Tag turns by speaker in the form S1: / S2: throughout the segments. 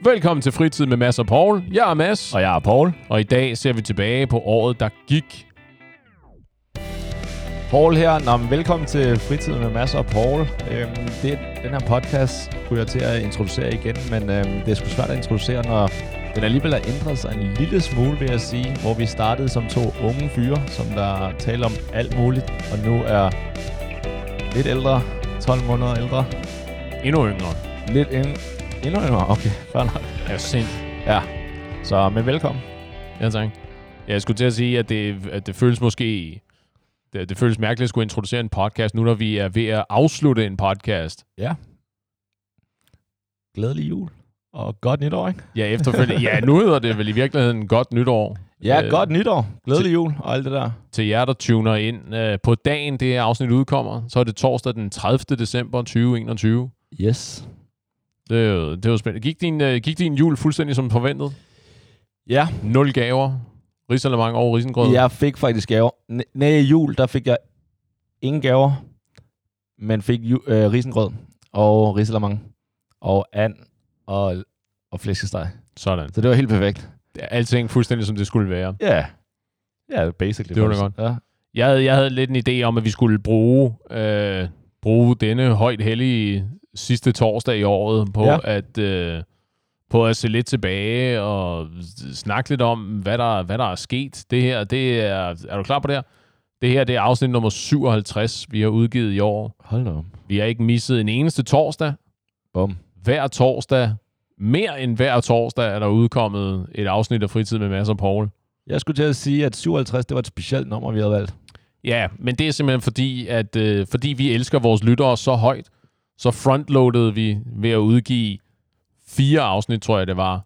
S1: Velkommen til Fritid med Mads og Paul. Jeg er Mads.
S2: Og jeg er Paul.
S1: Og i dag ser vi tilbage på året, der gik.
S2: Paul her. Men velkommen til Fritid med Mads og Paul. Den her podcast kunne jeg til at introducere igen, men det er sgu svært at introducere, når den alligevel har ændret sig en lille smule, vil jeg sige, hvor vi startede som to unge fyre, som der taler om alt muligt, og nu er lidt ældre, 12 måneder ældre.
S1: Endnu yngre.
S2: Endnu yngre? Okay, fair nok.
S1: Ja, sind.
S2: Ja, så med velkommen.
S1: Ja, tak. Jeg skulle til at sige, at det føles måske... Det føles mærkeligt at skulle introducere en podcast, nu når vi er ved at afslutte en podcast.
S2: Ja. Glædelig jul. Og godt nytår, ikke?
S1: Ja, efterfølgende. Ja, nu hedder det vel i virkeligheden godt nytår.
S2: Ja, godt nytår. Glædelig jul og alt det der.
S1: Til jer, der tuner ind på dagen, det her afsnit udkommer, så er det torsdag den 30. december 2021.
S2: Yes.
S1: Det var spændende. Gik din jul fuldstændig som forventet?
S2: Ja.
S1: 0 gaver? Risalamande og risengrød?
S2: Jeg fik faktisk gaver. I jul, der fik jeg ingen gaver, men fik risengrød og risalamande og and og flæskesteg.
S1: Sådan.
S2: Så det var helt perfekt.
S1: Alting fuldstændig som det skulle være.
S2: Ja. Ja, basically.
S1: Det var det godt. Ja. Jeg havde lidt en idé om, at vi skulle bruge denne højt hellige sidste torsdag i året på at se lidt tilbage og snakke lidt om, hvad der er sket. Det her, er du klar på det her? Det her, det er afsnit nummer 57, vi har udgivet i år.
S2: Hold da op.
S1: Vi har ikke misset en eneste torsdag.
S2: Bum.
S1: Hver torsdag, mere end hver torsdag, er der udkommet et afsnit af Fritid med Mads og Paul.
S2: Jeg skulle til at sige, at 57, det var et specielt nummer, vi havde valgt.
S1: Ja, men det er simpelthen fordi vi elsker vores lyttere så højt, så frontloadede vi ved at udgive 4 afsnit, tror jeg det var.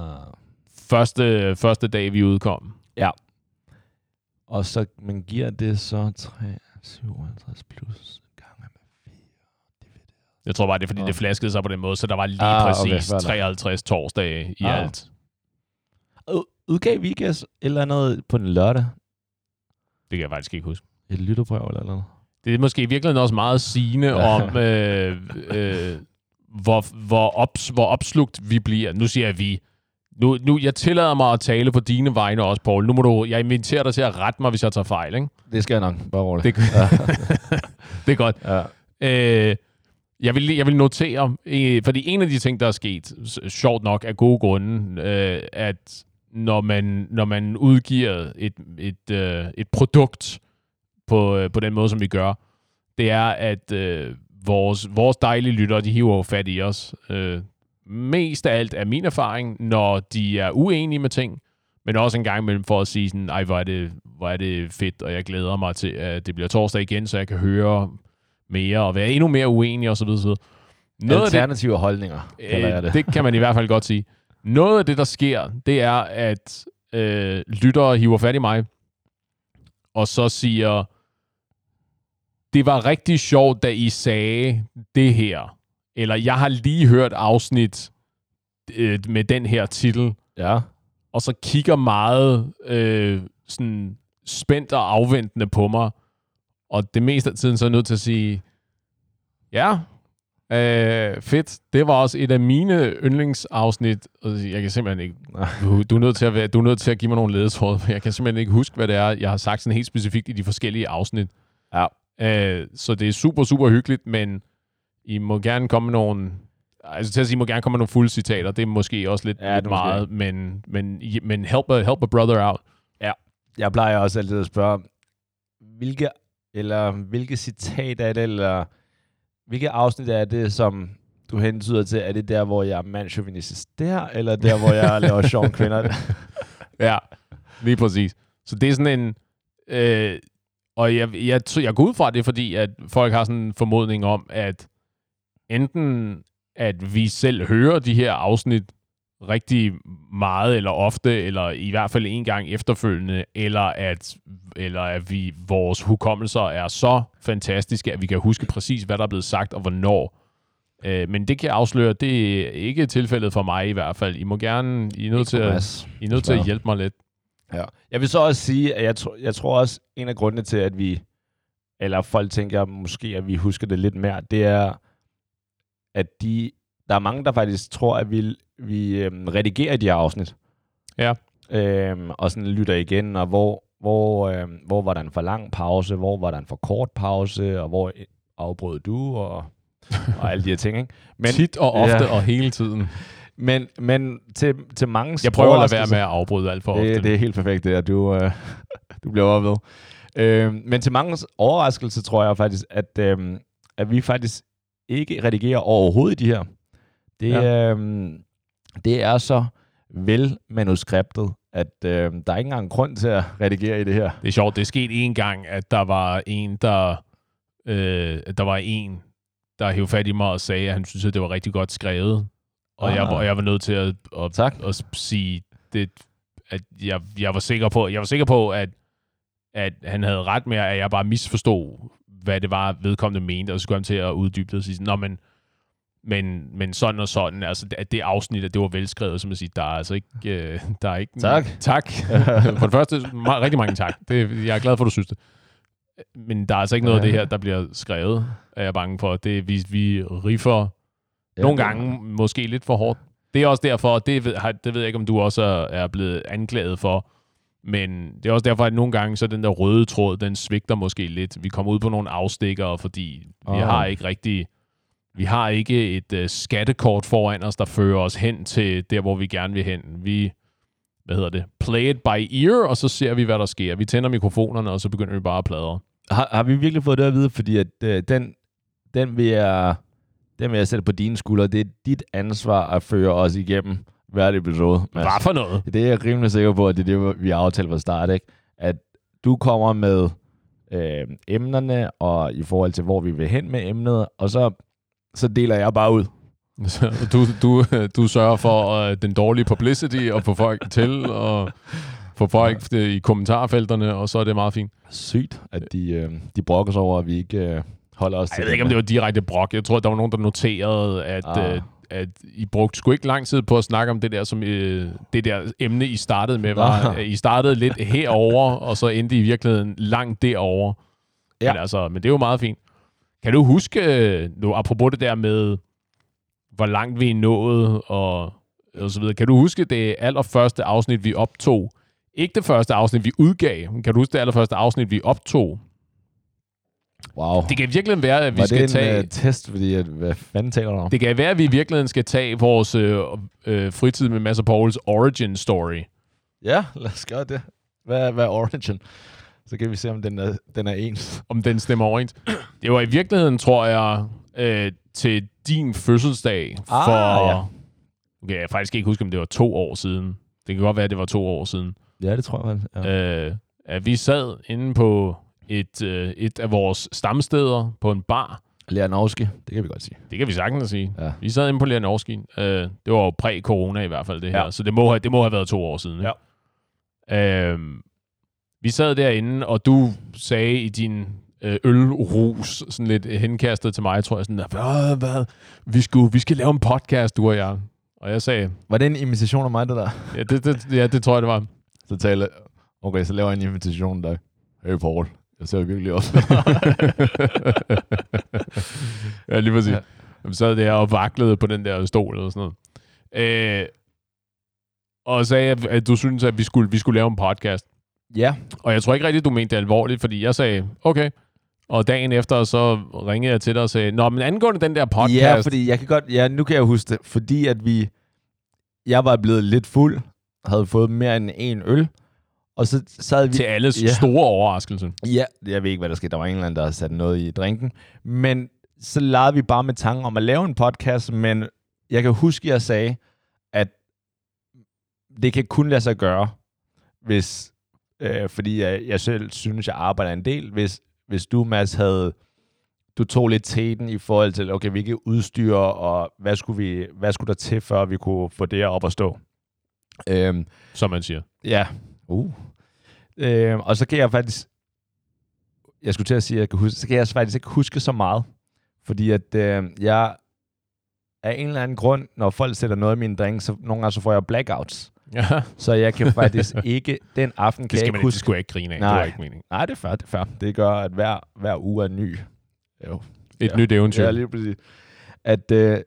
S1: Første dag, vi udkom.
S2: Ja. Og så, man giver det så 57 plus gange med 4.
S1: Jeg tror bare, det er fordi, det flaskede sig på den måde, så der var lige præcis 53 torsdage i alt.
S2: Udgav vi ikke eller andet på en lørdag?
S1: Det kan jeg faktisk ikke huske.
S2: Et lytterprøv eller noget?
S1: Det er måske i virkeligheden også meget sigende om, hvor opslugt vi bliver. Nu siger jeg vi. Nu, jeg tillader mig at tale på dine vegne også, Paul. Nu må jeg inviterer dig til at rette mig, hvis jeg tager fejl, ikke?
S2: Det skal jeg nok. Bare roligt.
S1: Det er godt. Ja. Jeg vil notere, fordi en af de ting, der er sket, sjovt nok af gode grunde, at når man udgiver et produkt på den måde, som vi gør, det er, at vores dejlige lyttere, de hiver jo fat i os. Mest af alt er min erfaring, når de er uenige med ting, men også en gang imellem for at sige sådan, ej, hvor er det fedt, og jeg glæder mig til, at det bliver torsdag igen, så jeg kan høre mere og være endnu mere uenig og så videre.
S2: Alternative holdninger, kalder jeg det.
S1: Det kan man i hvert fald godt sige. Noget af det, der sker, det er, at lyttere hiver fat i mig, og så siger, det var rigtig sjovt, da I sagde det her. Eller jeg har lige hørt afsnit med den her titel.
S2: Ja.
S1: Og så kigger meget sådan spændt og afventende på mig. Og det meste af tiden så er jeg nødt til at sige, ja, fedt. Det var også et af mine yndlingsafsnit. Jeg kan simpelthen ikke... Du er nødt til at give mig nogle ledetråd. Jeg kan simpelthen ikke huske, hvad det er, jeg har sagt sådan helt specifikt i de forskellige afsnit.
S2: Ja.
S1: Så det er super, super hyggeligt, men I må gerne komme med nogle... Altså til at sige, I må gerne komme med nogle fulde citater. Det er måske også lidt meget, men help a brother out.
S2: Ja. Jeg plejer også altid at spørge, hvilke citat er det, eller hvilke afsnit er det, som du hentyder til? Er det der, hvor jeg er mandsjuvenistisk der, eller der, hvor jeg laver sjov kvinder?
S1: Ja, lige præcis. Så det er sådan en... og jeg går ud fra det, fordi at folk har sådan en formodning om, at enten at vi selv hører de her afsnit rigtig meget eller ofte, eller i hvert fald en gang efterfølgende, eller at vores hukommelser er så fantastiske, at vi kan huske præcis, hvad der er blevet sagt og hvornår. Men det kan jeg afsløre, det er ikke tilfældet for mig i hvert fald. I er nødt til at hjælpe mig lidt.
S2: Ja. Jeg vil så også sige, at jeg tror også, en af grundene til, at vi, eller folk tænker måske, at vi husker det lidt mere, det er, at de der er mange, der faktisk tror, at vi redigerer de her afsnit.
S1: Ja.
S2: Og sådan lytter igen, og hvor var der en for lang pause, hvor var der en for kort pause, og hvor afbrød du, og alle de her ting, ikke?
S1: Men, tit og ofte og hele tiden.
S2: Men til mange...
S1: Jeg prøver at lade være med at afbryde alt for ofte.
S2: Det er helt perfekt, det er, du bliver over ved. Men til mange overraskelse tror jeg faktisk, at vi faktisk ikke redigerer overhovedet de her. Det er så vel manuskriptet, at der er ikke engang grund til at redigere i det her.
S1: Det er sjovt. Det er sket en gang, at der var en, der hævde fat i mig og sagde, at han synes, at det var rigtig godt skrevet. Og jeg var nødt til at sige, at jeg var sikker på, at han havde ret med, at jeg bare misforstod, hvad det var, vedkommende mente, og så skulle han til at uddybe det og sige, nå, men sådan og sådan, altså at det afsnit, at det var velskrevet, som at sige, der er altså ikke... der er ikke tak. For det første, rigtig mange tak. Jeg er glad for, at du synes det. Men der er altså ikke noget af det her, der bliver skrevet, er jeg bange for. Det vi riffer nogle gange måske lidt for hårdt. Det er også derfor, det ved jeg ikke, om du også er blevet anklaget for, men det er også derfor, at nogle gange, så den der røde tråd, den svigter måske lidt. Vi kommer ud på nogle afstikkere, fordi vi har ikke et skattekort foran os, der fører os hen til der, hvor vi gerne vil hen. Vi, play it by ear, og så ser vi, hvad der sker. Vi tænder mikrofonerne, og så begynder vi bare at pladre.
S2: Har vi virkelig fået det at vide? Fordi at den vil jeg sætte på dine skuldre. Det er dit ansvar at føre os igennem hvert episode.
S1: Hvad for noget?
S2: Det er jeg rimelig sikker på, at det er det, vi aftalte fra start, ikke? At du kommer med emnerne, og i forhold til, hvor vi vil hen med emnet, og så deler jeg bare ud.
S1: Du sørger for den dårlige publicity, og få folk til, og få folk i kommentarfelterne, og så er det meget fint.
S2: Sygt, at de brokker sig over, at vi ikke holder os til.
S1: Jeg ved ikke, om det var direkte brok. Jeg tror, der var nogen, der noterede, at I brugte sgu ikke lang tid på at snakke om det der, som det der emne, I startede med, var. I startede lidt herover, og så endte I virkeligheden langt derover. Ja. Men det er jo meget fint. Kan du huske, nu apropos det der med, hvor langt vi er nået, og så videre. Kan du huske det allerførste afsnit, vi optog? Ikke det første afsnit, vi udgav. Kan du huske det allerførste afsnit, vi optog?
S2: Wow.
S1: Det kan virkelig være, at vi skal tage...
S2: Var det en test, fordi hvad fanden taler du om?
S1: Det kan være, at vi virkelig skal tage vores fritid med Mads og Pauls origin story.
S2: Ja, lad os gøre det. Hvad er origin? Så kan vi se, om den er ens.
S1: Om den stemmer overens. Det var i virkeligheden, tror jeg, til din fødselsdag for... Ja. Okay, jeg faktisk ikke huske, om det var 2 år siden. Det kan godt være, at det var 2 år siden.
S2: Ja, det tror jeg. Ja.
S1: At vi sad inde på et af vores stamsteder på en bar.
S2: Leanovski, det kan vi godt sige.
S1: Det kan vi sagtens sige. Ja. Vi sad inde på Leanovski. Det var jo præ-corona i hvert fald, det her. Så det må have været 2 år siden. Ja. Vi sad derinde, og du sagde i din ølrus, sådan lidt henkastet til mig, tror jeg, sådan, hvad? Vi skal lave en podcast, du og jeg. Og jeg sagde...
S2: Var det en invitation af mig, det der?
S1: Ja, det tror jeg, det var.
S2: Så laver jeg en invitation der. Hey, Paul. Jeg ser virkelig også.
S1: Ja, lige præcis. Ja. Jeg sad der og vaklede på den der stol og sådan noget. Og sagde, at du synes, at vi skulle lave en podcast.
S2: Ja.
S1: Og jeg tror ikke rigtigt, du mente det alvorligt, fordi jeg sagde, okay. Og dagen efter, så ringede jeg til dig og sagde, nå, men angående den der podcast...
S2: Ja, fordi jeg kan godt... Ja, nu kan jeg huske det. Fordi at jeg var blevet lidt fuld, havde fået mere end 1 øl, og så sad vi...
S1: Til alles store overraskelse.
S2: Ja, jeg ved ikke, hvad der skete. Der var ingen, der havde sat noget i drinken. Men så legede vi bare med tanken om at lave en podcast, men jeg kan huske, at jeg sagde, at det kan kun lade sig gøre, hvis... fordi jeg selv synes, jeg arbejder en del. Hvis du, Mads, du tog lidt teten i forhold til, okay, hvilke udstyr, og hvad skulle der til, før vi kunne få det op at stå?
S1: Som man siger.
S2: Ja. Og så kan jeg faktisk... Jeg skulle til at sige, at jeg kan huske, så kan jeg faktisk ikke huske så meget. Fordi at jeg af en eller anden grund, når folk sætter noget i min drink, så nogle gange så får jeg blackouts. Ja. Så jeg kan faktisk ikke den aften kan jeg ikke huske.
S1: Det skulle jeg ikke grine af.
S2: Nej.
S1: Det var ikke meningen.
S2: Nej, det er fair. Det gør, at hver uge er ny.
S1: Et nyt eventyr.
S2: Ja, lige præcis.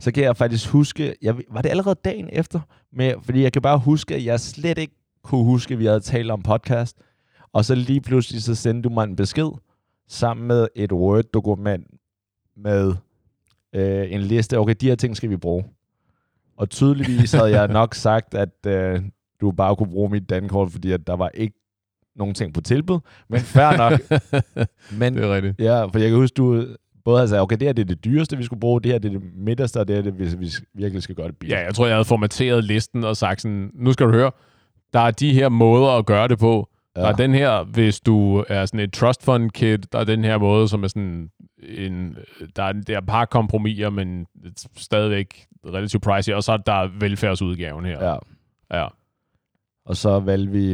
S2: så kan jeg faktisk huske, var det allerede dagen efter? Fordi jeg kan bare huske, at jeg slet ikke kunne huske, at vi havde talt om podcast. Og så lige pludselig, så sendte du mig en besked sammen med et Word-dokument med en liste. Okay, de her ting skal vi bruge. Og tydeligvis havde jeg nok sagt, at du bare kunne bruge mit dankort, fordi at der var ikke nogen ting på tilbud. Men fair nok. Men,
S1: det er rigtigt.
S2: Ja, for jeg kan huske, du både havde sagt, okay, det her det er det dyreste, vi skulle bruge, det her det er det midterste, og det er det, hvis vi virkelig skal gøre det billigt.
S1: Ja, jeg tror, jeg havde formateret listen og sagt sådan, nu skal du høre, der er de her måder at gøre det på. Ja. Der er den her, hvis du er sådan et trust fund kid, der er den her måde, som er sådan der er et par kompromiser, men stadigvæk relativt pricey, og så er der velfærdsudgaven her. Ja. Og
S2: så valgte vi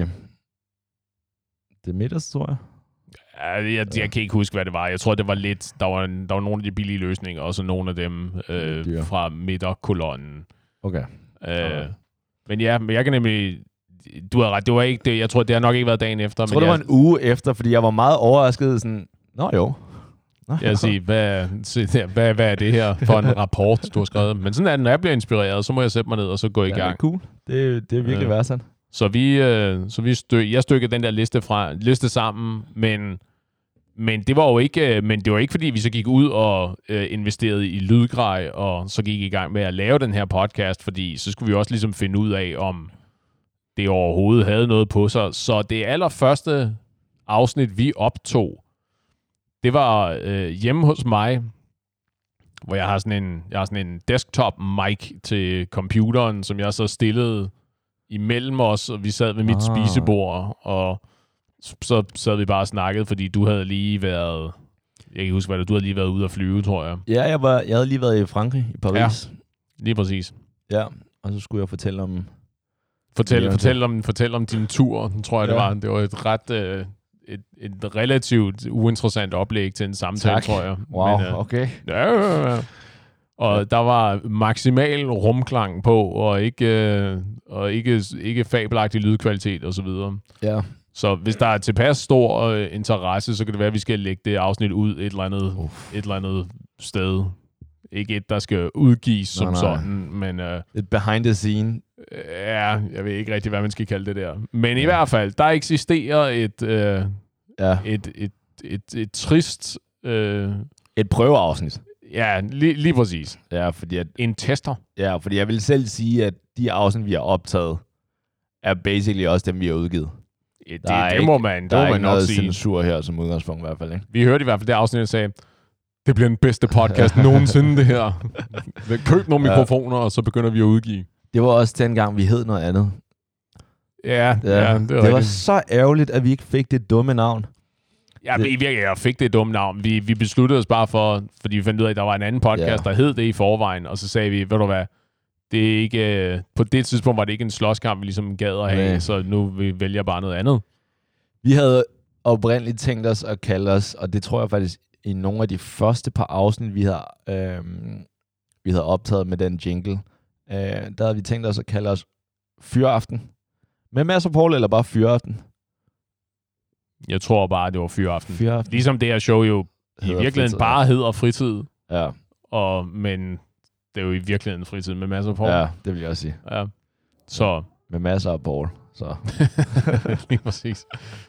S2: det midterste, tror jeg.
S1: Ja, jeg kan ikke huske, hvad det var. Jeg tror, det var lidt... Der var nogle af de billige løsninger, og så nogle af dem fra midterkolonnen.
S2: Okay.
S1: Men jeg kan nemlig... Du har ret, det var ikke det. Jeg tror, det har nok ikke været dagen efter.
S2: Jeg tror, det var en uge efter, fordi jeg var meget overrasket. Sådan, nå jo.
S1: Jeg siger, hvad er det her for en rapport, du har skrevet? Men sådan er det, når jeg bliver inspireret, så må jeg sætte mig ned og så gå i gang.
S2: Det er cool. Det er virkelig værdsat.
S1: Jeg stykkede den der liste sammen, men det var jo ikke, fordi vi så gik ud og investerede i lydgrej, og så gik i gang med at lave den her podcast, fordi så skulle vi også ligesom finde ud af, om det overhovedet havde noget på sig. Så det allerførste afsnit, vi optog, det var hjemme hos mig, hvor jeg har sådan en desktop mic til computeren, som jeg så stillede imellem os, og vi sad ved mit spisebord, og så sad vi bare og snakkede, fordi du havde lige været... Jeg kan huske, du havde lige været ude at flyve, tror jeg.
S2: Ja, jeg havde lige været i Frankrig, i Paris.
S1: Ja, lige præcis.
S2: Ja, og så skulle jeg fortælle om...
S1: Fortæl om din tur, tror jeg, det var. Det var et ret... Et relativt uinteressant oplæg til en samtale, tror jeg.
S2: Wow, men, okay.
S1: Ja. Og der var maksimal rumklang på, og ikke fabelagtig lydkvalitet og så videre.
S2: Ja.
S1: Så hvis der er tilpas stor interesse, så kan det være, at vi skal lægge det afsnit ud et eller andet sted. Ikke et, der skal udgives som sådan, men...
S2: et behind the scene.
S1: Ja, jeg ved ikke rigtig, hvad man skal kalde det der. Men i hvert fald, der eksisterer et trist...
S2: et prøveafsnit.
S1: Ja, lige præcis.
S2: Ja, fordi at...
S1: En tester.
S2: Ja, fordi jeg vil selv sige, at de afsnit, vi har optaget, er basically også dem, vi har udgivet.
S1: Det må man nok sige. Der er ikke noget
S2: censur her som udgangspunkt i hvert fald, ikke?
S1: Vi hørte i hvert fald det afsnit, der sagde, det bliver den bedste podcast nogensinde, det her. Køb nogle mikrofoner, og så begynder vi at udgive.
S2: Det var også dengang, vi hed noget andet.
S1: Ja, det er
S2: det var så ærgerligt, at vi ikke fik det dumme navn.
S1: Ja, jeg fik det dumme navn. Vi besluttede os bare fordi vi fandt ud af, at der var en anden podcast, der hed det i forvejen, og så sagde vi, ved du hvad, det er ikke, på det tidspunkt var det ikke en slåskamp, vi ligesom gad at have, så nu vi vælger bare noget andet.
S2: Vi havde oprindeligt tænkt os at kalde os, og det tror jeg faktisk i nogle af de første par afsnit, vi havde optaget med den jingle, der havde vi tænkt os at kalde os Fyraften. Med Mads og Paul, eller bare Fyraften?
S1: Jeg tror bare, det var Fyraften. Ligesom det her show jo i virkeligheden bare hedder Fritid.
S2: Ja.
S1: Men det er jo i virkeligheden Fritid med Mads og Paul.
S2: Ja, det vil jeg også sige.
S1: Ja. Så.
S2: Med Mads og Paul. Så.
S1: Lige præcis.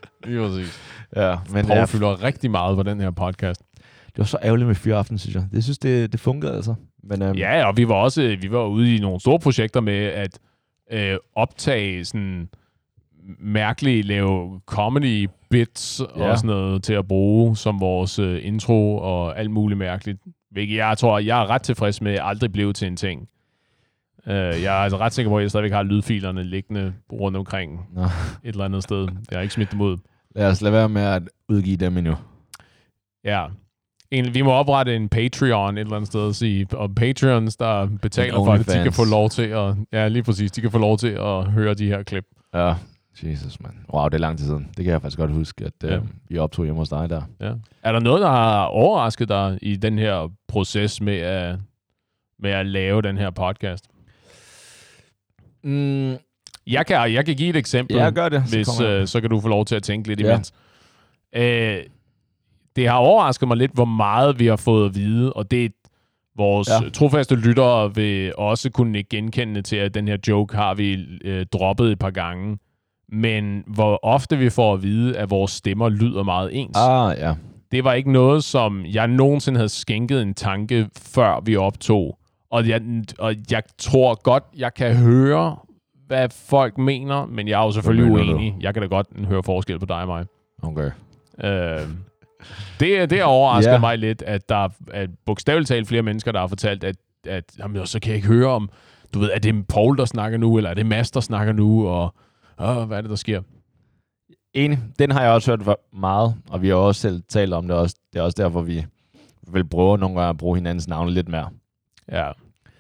S2: Ja, men
S1: Paul fylder rigtig meget på den her podcast.
S2: Det var så ærgerligt med Fyraften, synes jeg. Det synes, det fungerede altså. Men,
S1: ja, og vi var ude i nogle store projekter med at optage sådan mærkelige, lave comedy bits og sådan noget til at bruge som vores intro og alt muligt mærkeligt. Hvilket jeg tror, jeg er ret tilfreds med, at aldrig blev til en ting. Jeg er altså ret sikker på, at jeg stadigvæk har lydfilerne liggende rundt omkring et eller andet sted. Jeg har ikke smidt dem ud.
S2: Lad os lade være med at udgive dem endnu.
S1: Ja. Vi må oprette en Patreon et eller andet sted og sige, og Patreons, der betaler for det, de kan få lov til at... Ja, lige præcis. De kan få lov til at høre de her klip.
S2: Ja, Jesus, man. Wow, det er lang tid siden. Det kan jeg faktisk godt huske, at vi optog hjemme hos dig der.
S1: Ja. Er der noget, der har overrasket dig i den her proces med at lave den her podcast? Jeg kan give et eksempel.
S2: Ja, gør det.
S1: Så kan du få lov til at tænke lidt imens. Det har overrasket mig lidt, hvor meget vi har fået at vide, og Vores trofaste lyttere vil også kunne genkende til, at den her joke har vi droppet et par gange. Men hvor ofte vi får at vide, at vores stemmer lyder meget ens.
S2: Ja.
S1: Det var ikke noget, som jeg nogensinde havde skænket en tanke, før vi optog. Og jeg tror godt, jeg kan høre, hvad folk mener, men jeg er jo selvfølgelig uenig. Jeg kan da godt høre forskel på dig og mig.
S2: Okay.
S1: Det overrasker mig lidt, at der er bogstaveligt talt flere mennesker, der har fortalt, at jamen, så kan jeg ikke høre om, du ved, er det Paul, der snakker nu, eller er det Mads, der snakker nu, og hvad er det, der sker?
S2: Enig. Den har jeg også hørt meget, og vi har også selv talt om det også. Det er også derfor, vi vil prøve nogle gange at bruge hinandens navne lidt mere.
S1: Ja.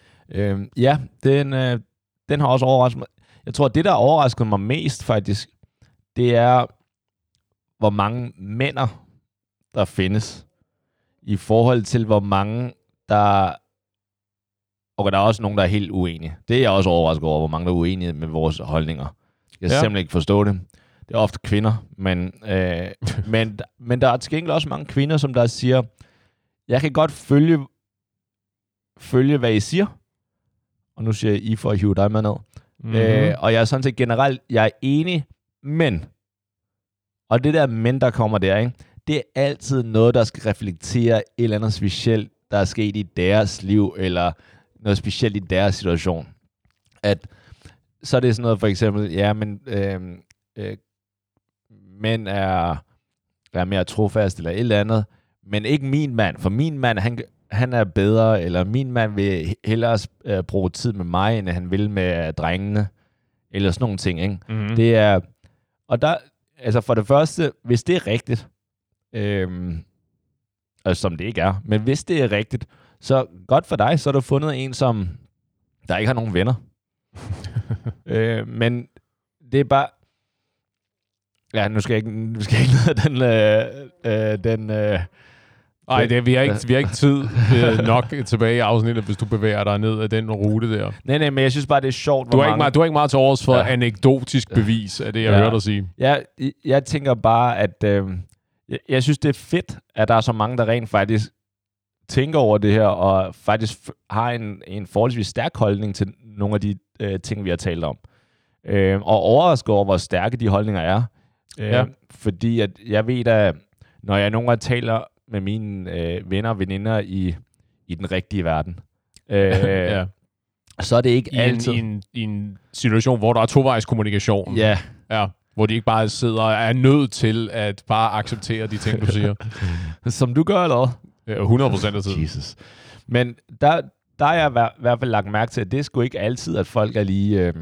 S2: Den har også overrasket mig. Jeg tror, at det, der overraskede mig mest faktisk, det er, hvor mange mænder, der findes, i forhold til, hvor mange, der... Og der er også nogen, der er helt uenige. Det er jeg også overrasket over, hvor mange, der er uenige med vores holdninger. Jeg kan simpelthen ikke forstå det. Det er ofte kvinder, men der er til gengæld også mange kvinder, som der siger, jeg kan godt følge hvad I siger. Og nu siger jeg I for at hive dig med ned. Og jeg er sådan set generelt, jeg er enig, men, og det der men, der kommer der, ikke? Det er altid noget, der skal reflektere et eller andet specielt, der er sket i deres liv, eller noget specielt i deres situation. Så er det sådan noget, for eksempel, mænd er mere trofast, eller et eller andet, men ikke min mand, for min mand, han er bedre, eller min mand vil hellere bruge tid med mig, end han vil med drengene, eller sådan nogle ting, ikke? Mm-hmm. Det er, og der, altså for det første, hvis det er rigtigt, altså som det ikke er, men hvis det er rigtigt, så godt for dig, så har du fundet en, som der ikke har nogen venner. Men det er bare, ja, nu skal jeg ikke den
S1: nej, vi har ikke tid nok tilbage i afsnittet, hvis du bevæger dig ned af den rute der.
S2: Nej, men jeg synes bare, det er sjovt.
S1: Du er ikke meget til års for anekdotisk bevis af det, jeg hører dig sige.
S2: Jeg tænker bare, at jeg synes, det er fedt, at der er så mange, der rent faktisk tænker over det her, og faktisk har en forholdsvis stærk holdning til nogle af de ting, vi har talt om. Og overrasket over, hvor stærke de holdninger er. Fordi at jeg ved, at når jeg nogle gange taler med mine venner og veninder i den rigtige verden, så er det ikke altid...
S1: I en situation, hvor der er tovejs kommunikation.
S2: Ja.
S1: Hvor de ikke bare sidder og er nødt til at bare acceptere de ting, du siger.
S2: Som du gør, eller
S1: 100% af tiden.
S2: Jesus. Men der er jeg i hvert fald lagt mærke til, at det er sgu ikke altid, at folk er lige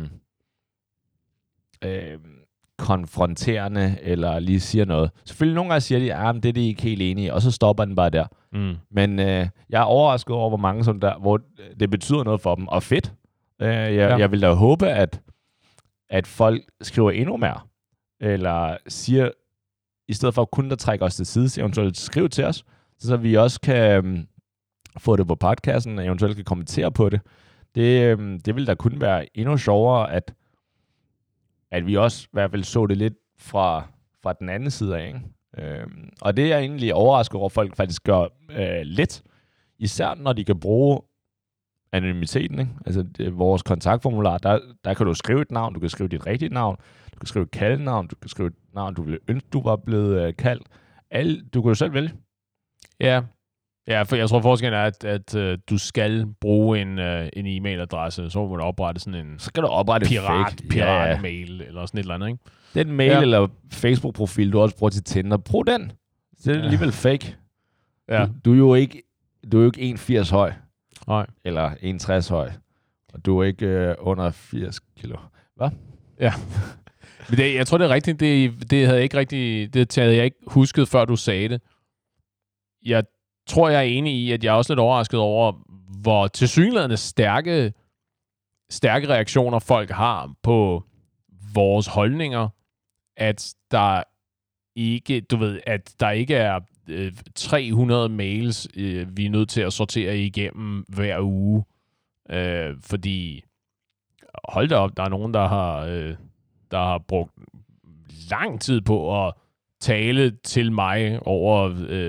S2: konfronterende, eller lige siger noget. Selvfølgelig nogle gange siger de, at det er de ikke helt enige i, og så stopper den bare der. Men jeg er overrasket over, hvor mange som der, hvor det betyder noget for dem, og fedt. Jeg vil da håbe, at folk skriver endnu mere, eller siger, i stedet for kun at trække os til side, eventuelt skriv til os, så vi også kan få det på podcasten, og eventuelt kan kommentere på det. Det vil da kun være endnu sjovere, at vi også i hvert fald så det lidt fra den anden side af, ikke? Og det er egentlig overrasket over, at folk faktisk gør lidt, især når de kan bruge anonymiteten, ikke? Altså vores kontaktformular, der kan du skrive et navn, du kan skrive dit rigtige navn, du kan skrive et kaldenavn, du kan skrive et navn, du ville ønske, du var blevet kaldt. Du kan jo selv vælge.
S1: Ja, for jeg tror forskellen er, at du skal bruge en e-mailadresse, så må du oprette sådan en...
S2: Så kan du oprette
S1: pirat-mail, eller sådan et eller andet, ikke?
S2: Den mail eller Facebook-profil, du også bruger til Tinder, brug den. Det er alligevel fake. Ja. Du er jo ikke 1,80 høj.
S1: Nej.
S2: Eller 1,60 høj. Og du er ikke under 80 kilo. Hvad?
S1: Ja. Men jeg tror, det er rigtigt. Det havde jeg ikke rigtig... Det havde jeg ikke husket, før du sagde det. Jeg tror, jeg er enig i, at jeg er også lidt overrasket over, hvor tilsyneladende stærke reaktioner folk har på vores holdninger, at der ikke, at der ikke er 300 mails, vi er nødt til at sortere igennem hver uge. Fordi, hold da op, der er nogen, der har brugt lang tid på at tale til mig over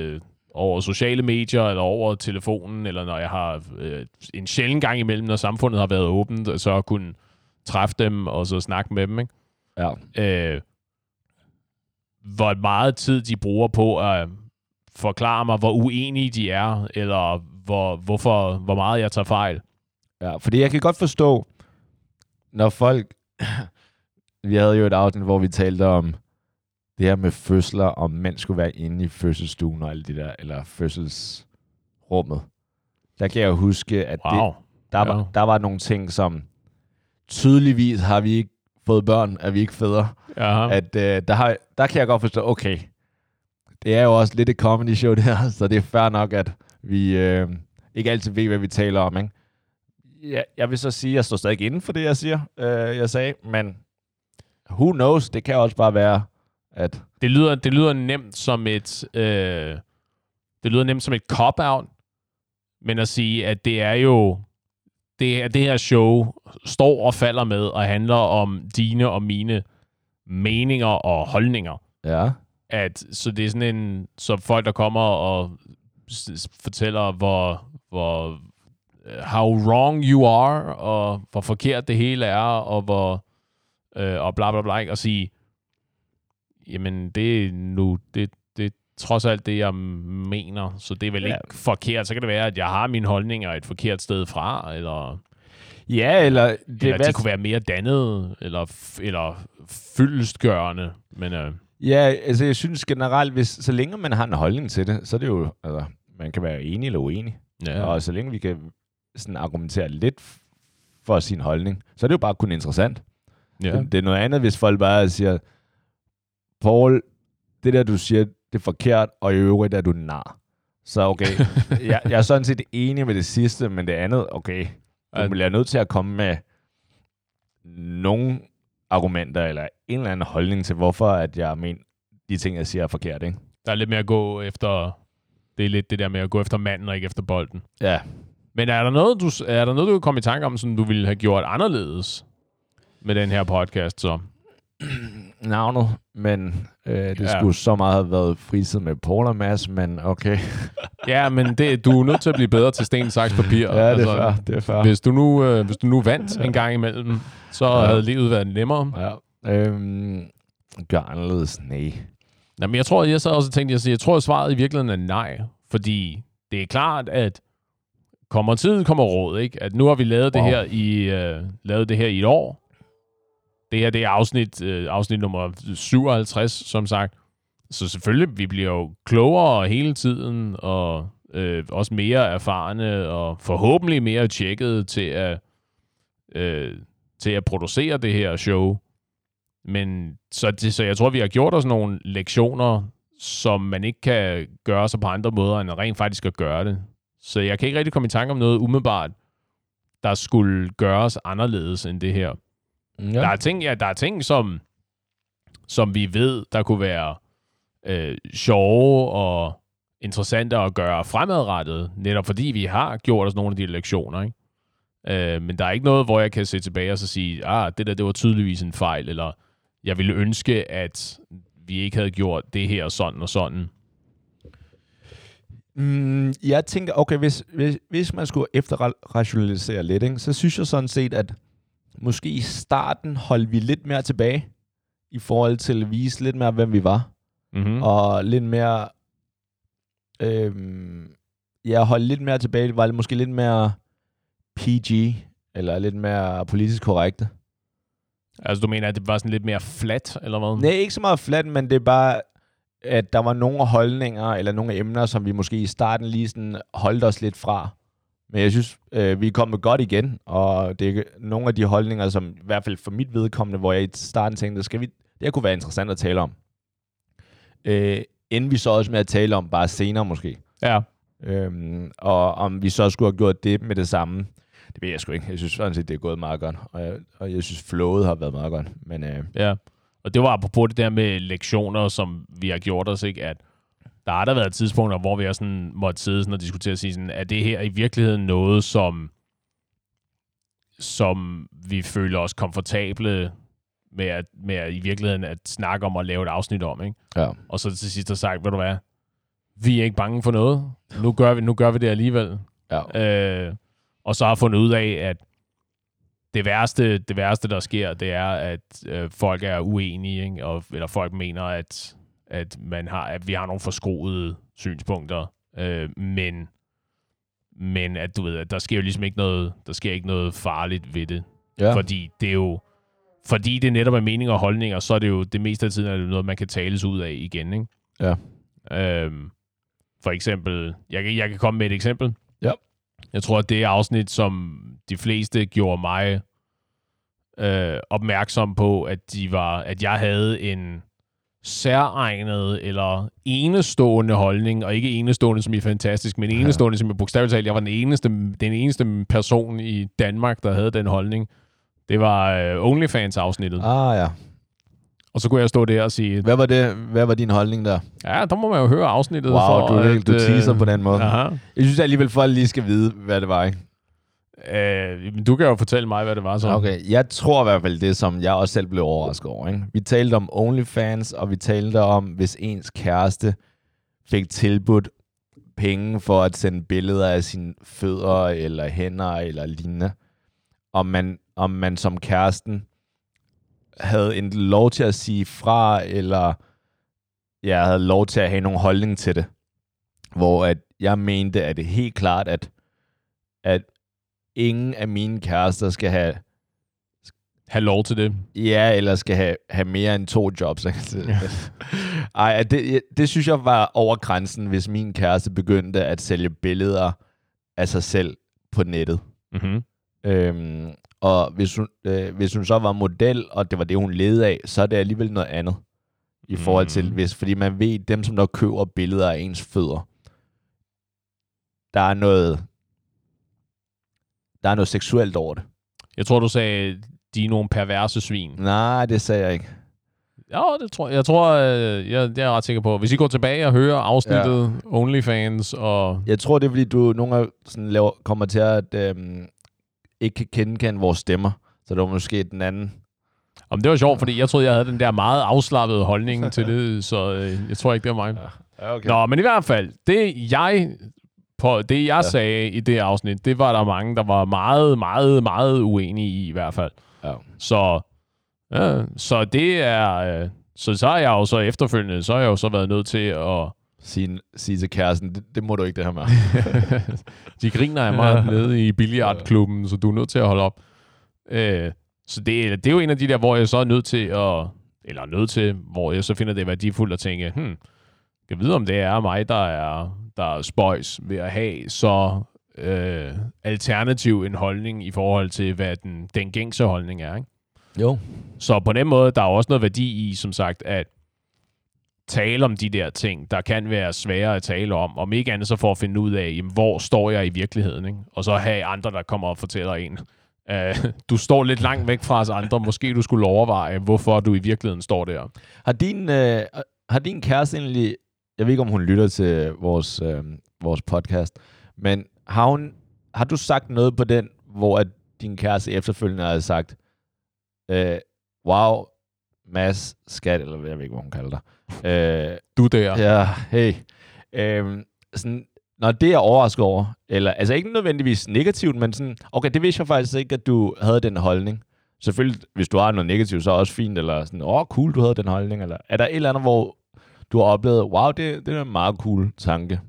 S1: over sociale medier, eller over telefonen, eller når jeg har en sjælden gang imellem, når samfundet har været åbent, så kunne træffe dem, og så snakke med dem, ikke?
S2: Ja.
S1: Hvor meget tid de bruger på at forklare mig, hvor uenige de er, eller hvor meget jeg tager fejl.
S2: Ja, fordi jeg kan godt forstå, når folk... Vi havde jo et afsnit, hvor vi talte om det her med fødsler, om mænd skulle være inde i fødselsstuen og alt det der, eller fødselsrummet. Der kan jeg huske, at der var nogle ting, som tydeligvis har vi ikke fået børn, er vi ikke fædre. At der kan jeg godt forstå, okay, det er jo også lidt et comedy show det her, så det er fair nok, at vi ikke altid ved, hvad vi taler om, ikke? Ja, jeg vil så sige, at jeg står stadig inden for det, jeg sagde, men who knows, det kan også bare være, at...
S1: Det lyder nemt som et cop-out, men at sige, at det er jo... Det her show står og falder med og handler om dine og mine meninger og holdninger.
S2: Ja.
S1: Så det er sådan en... Så folk, der kommer og fortæller, hvor how wrong you are, og hvor forkert det hele er, og hvor... og bla bla bla, og sige, jamen det er trods alt det, jeg mener, så det er vel ikke forkert. Så kan det være, at jeg har mine holdninger et forkert sted fra, eller...
S2: Ja, eller
S1: de kunne være mere dannede, eller fyldestgørende, men...
S2: Ja, altså jeg synes generelt, så længe man har en holdning til det, så er det jo... Altså, man kan være enig eller uenig. Ja. Og så længe vi kan sådan argumentere lidt for sin holdning, så er det jo bare kun interessant. Ja. Det er noget andet, hvis folk bare siger, Paul, det der, du siger, det er forkert, og i øvrigt er du nar. Så okay, jeg er sådan set enig med det sidste, men det andet, okay, du bliver nødt til at komme med nogle argumenter, eller en eller anden holdning til, hvorfor at jeg mener, de ting, jeg siger, er forkert, ikke?
S1: Der er lidt mere at gå efter, det er lidt det der med at gå efter manden, og ikke efter bolden.
S2: Ja.
S1: Men er der noget, du kan komme i tanke om, som du ville have gjort anderledes med den her podcast, så?
S2: Navnet, men det skulle så meget have været fritid med Paul og Mads, men okay.
S1: Ja, men du er nødt til at blive bedre til sten, saks, papir.
S2: Ja, det er fair.
S1: Hvis du nu vandt en gang imellem, så havde livet været nemmere.
S2: Ja. Gør anderledes, nej.
S1: Jamen, jeg tror, jeg sad også og tænkte, jeg tror, at svaret i virkeligheden er nej. Fordi det er klart, at kommer råd, ikke? At nu har vi lavet det her i et år. Det her, det er afsnit nummer 57, som sagt. Så selvfølgelig, vi bliver jo klogere hele tiden, og også mere erfarne, og forhåbentlig mere tjekket til at producere det her show. Men så jeg tror, vi har gjort os nogle lektioner, som man ikke kan gøre sig på andre måder, end rent faktisk at gøre det. Så jeg kan ikke rigtig komme i tanke om noget umiddelbart, der skulle gøres anderledes end det her. Ja. Der er ting, som vi ved, der kunne være sjove og interessante at gøre fremadrettet, netop fordi vi har gjort os nogle af de lektioner, ikke? Men der er ikke noget, hvor jeg kan se tilbage og så sige, det var tydeligvis en fejl, eller jeg ville ønske, at vi ikke havde gjort det her sådan og sådan.
S2: Jeg tænker, okay, hvis man skulle efterrationalisere lidt, ikke, så synes jeg sådan set, at måske i starten holdt vi lidt mere tilbage i forhold til at vise lidt mere, hvem vi var. Mm-hmm. Og lidt mere... holdt lidt mere tilbage. Var måske lidt mere PG, eller lidt mere politisk korrekte.
S1: Altså, du mener, at det var sådan lidt mere flat, eller hvad?
S2: Nej, ikke så meget flat, men det er bare, at der var nogle holdninger, eller nogle emner, som vi måske i starten lige sådan holdt os lidt fra. Men jeg synes, vi er kommet godt igen, og det er nogle af de holdninger, som i hvert fald for mit vedkommende, hvor jeg i starten tænkte, det kunne være interessant at tale om. Inden vi så også med at tale om bare senere måske.
S1: Ja.
S2: Og om vi så skulle have gjort det med det samme, det ved jeg sgu ikke. Jeg synes sådan set, det er gået meget godt, og jeg synes, flowet har været meget godt. Men,
S1: ja, og det var apropos det der med lektioner, som vi har gjort os, ikke? At der har der været tidspunkter, hvor vi også sådan måtte sidde sådan og diskutere og sige sådan, er det her i virkeligheden noget, som vi føler os komfortable med at i virkeligheden at snakke om og lave et afsnit om, ikke?
S2: Ja.
S1: Og så til sidst har sagt, ved du hvad, vi er ikke bange for noget. Nu gør vi det alligevel.
S2: Ja.
S1: Og så har fundet ud af, at det værste, der sker, det er, at folk er uenige, ikke? Eller folk mener, at vi har nogle forskruede synspunkter. Men at du ved, at der sker jo ligesom ikke noget farligt ved det.
S2: Ja.
S1: Fordi det netop er mening og holdninger, så er det jo det meste af tiden er det noget, man kan tales ud af igen, ikke?
S2: Ja.
S1: For eksempel, jeg kan komme med et eksempel.
S2: Ja.
S1: Jeg tror, at det afsnit, som de fleste gjorde mig opmærksom på, at jeg havde en særegnet eller enestående holdning, og ikke enestående som i fantastisk, men enestående som i bogstaveligt talt. Jeg var den eneste person i Danmark, der havde den holdning. Det var OnlyFans-afsnittet.
S2: Ja.
S1: Og så kunne jeg stå der og sige...
S2: Hvad var din holdning der?
S1: Ja, der må man jo høre afsnittet.
S2: Wow, du teaser på den måde.
S1: Aha.
S2: Jeg synes alligevel, folk lige skal vide, hvad det var, ikke?
S1: Du kan jo fortælle mig, hvad det var så.
S2: Okay, jeg tror i hvert fald det, som jeg også selv blev overrasket over, ikke? Vi talte om OnlyFans, og vi talte om, hvis ens kæreste fik tilbudt penge for at sende billeder af sine fødder, eller hænder, eller lignende. Om man som kæresten havde en lov til at sige fra, eller jeg havde lov til at have nogen holdning til det. Hvor at jeg mente, at det er helt klart, at ingen af mine kærester skal have
S1: lov til det.
S2: Ja, eller skal have mere end 2 jobs. Ej, det synes jeg var over grænsen, hvis min kæreste begyndte at sælge billeder af sig selv på nettet.
S1: Mm-hmm.
S2: Og hvis hun så var model, og det var det, hun levede af, så er det alligevel noget andet. I forhold til, fordi man ved, dem som der køber billeder af ens fødder, der er noget seksuelt over det.
S1: Jeg tror, du sagde, de er nogle perverse svin.
S2: Nej, det sagde jeg ikke.
S1: Ja, det tror jeg. Jeg er ret sikker på. Hvis I går tilbage og hører afsnittet OnlyFans og...
S2: Jeg tror, det er, fordi du nogle gange sådan kommer til at ikke kan genkende vores stemmer. Så det var måske den anden.
S1: Om det var sjovt, fordi jeg troede, jeg havde den der meget afslappede holdning til det, så jeg tror ikke, det var mig.
S2: Ja, okay.
S1: Nå, men i hvert fald, det jeg sagde i det afsnit, det var der mange, der var meget, meget, meget uenige i hvert fald.
S2: Ja.
S1: Så det er... så har jeg jo så efterfølgende, så har jeg jo så været nødt til at...
S2: Sige til kæresten, det må du ikke det her med.
S1: De griner af mig nede i billiardklubben, så du er nødt til at holde op. Så det er jo en af de der, hvor jeg så er nødt til hvor jeg så finder det værdifuldt at tænke, jeg vide, om det er mig, der er spøjs ved at have så alternativ en holdning i forhold til, hvad den gængse holdning er, ikke?
S2: Jo.
S1: Så på den måde, der er også noget værdi i, som sagt, at tale om de der ting, der kan være svære at tale om ikke andet så for at finde ud af, jamen, hvor står jeg i virkeligheden, ikke? Og så have andre, der kommer og fortæller en, du står lidt langt væk fra os andre, måske du skulle overveje, hvorfor du i virkeligheden står der.
S2: Har din kæreste egentlig, jeg ved ikke, om hun lytter til vores podcast, men har du sagt noget på den, hvor at din kæreste efterfølgende har sagt, wow, Mads, skat, eller jeg ved ikke, hvad hun kalder dig.
S1: Du der.
S2: Ja, hey. Sådan, når det er overrasket over, eller altså ikke nødvendigvis negativt, men sådan, okay, det vidste jeg faktisk ikke, at du havde den holdning. Selvfølgelig, hvis du har noget negativt, så er også fint, eller sådan, cool, du havde den holdning, eller er der et eller andet, hvor du har oplevet, wow, det er en meget cool tanke?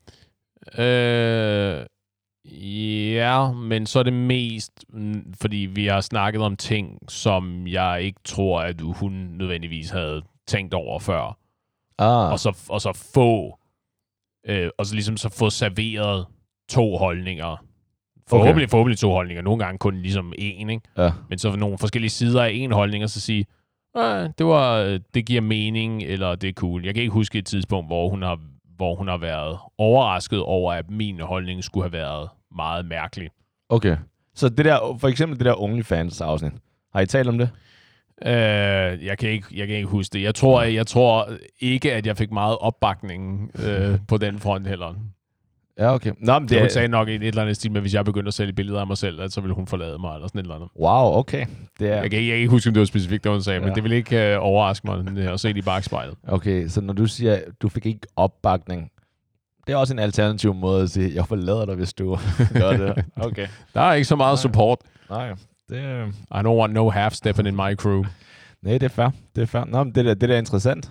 S1: Ja, men så er det mest, fordi vi har snakket om ting, som jeg ikke tror, at hun nødvendigvis havde tænkt over før. Og så ligesom få serveret 2 holdninger. Forhåbentlig 2 holdninger. Nogle gange kun ligesom 1, ikke?
S2: Ja.
S1: Men så nogle forskellige sider af 1 holdning, og så sige, det giver mening, eller det er cool. Jeg kan ikke huske et tidspunkt, hvor hun har været overrasket over, at min holdning skulle have været meget mærkelig.
S2: Okay. Så det der, for eksempel det der OnlyFans-afsnit, har I talt om det?
S1: Jeg kan ikke huske det. Jeg tror ikke, at jeg fik meget opbakning på den front heller.
S2: Ja, okay. Nå, men
S1: hun sagde nok i et eller andet stil, men hvis jeg begyndte at sælge billeder af mig selv, så ville hun forlade mig, eller sådan et eller andet.
S2: Wow, okay.
S1: Jeg kan ikke huske, om det var specifikt, det hun sagde, men det ville ikke overraske mig at se det i bagspejlet.
S2: Okay, så når du siger, at du fik ikke opbakning, det er også en alternativ måde at sige, jeg forlader dig, hvis du gør det. Okay.
S1: Der er ikke så meget support.
S2: Nej, det...
S1: I don't want no half-stepping in my crew.
S2: Nej, det er fair. Nå, men det er interessant.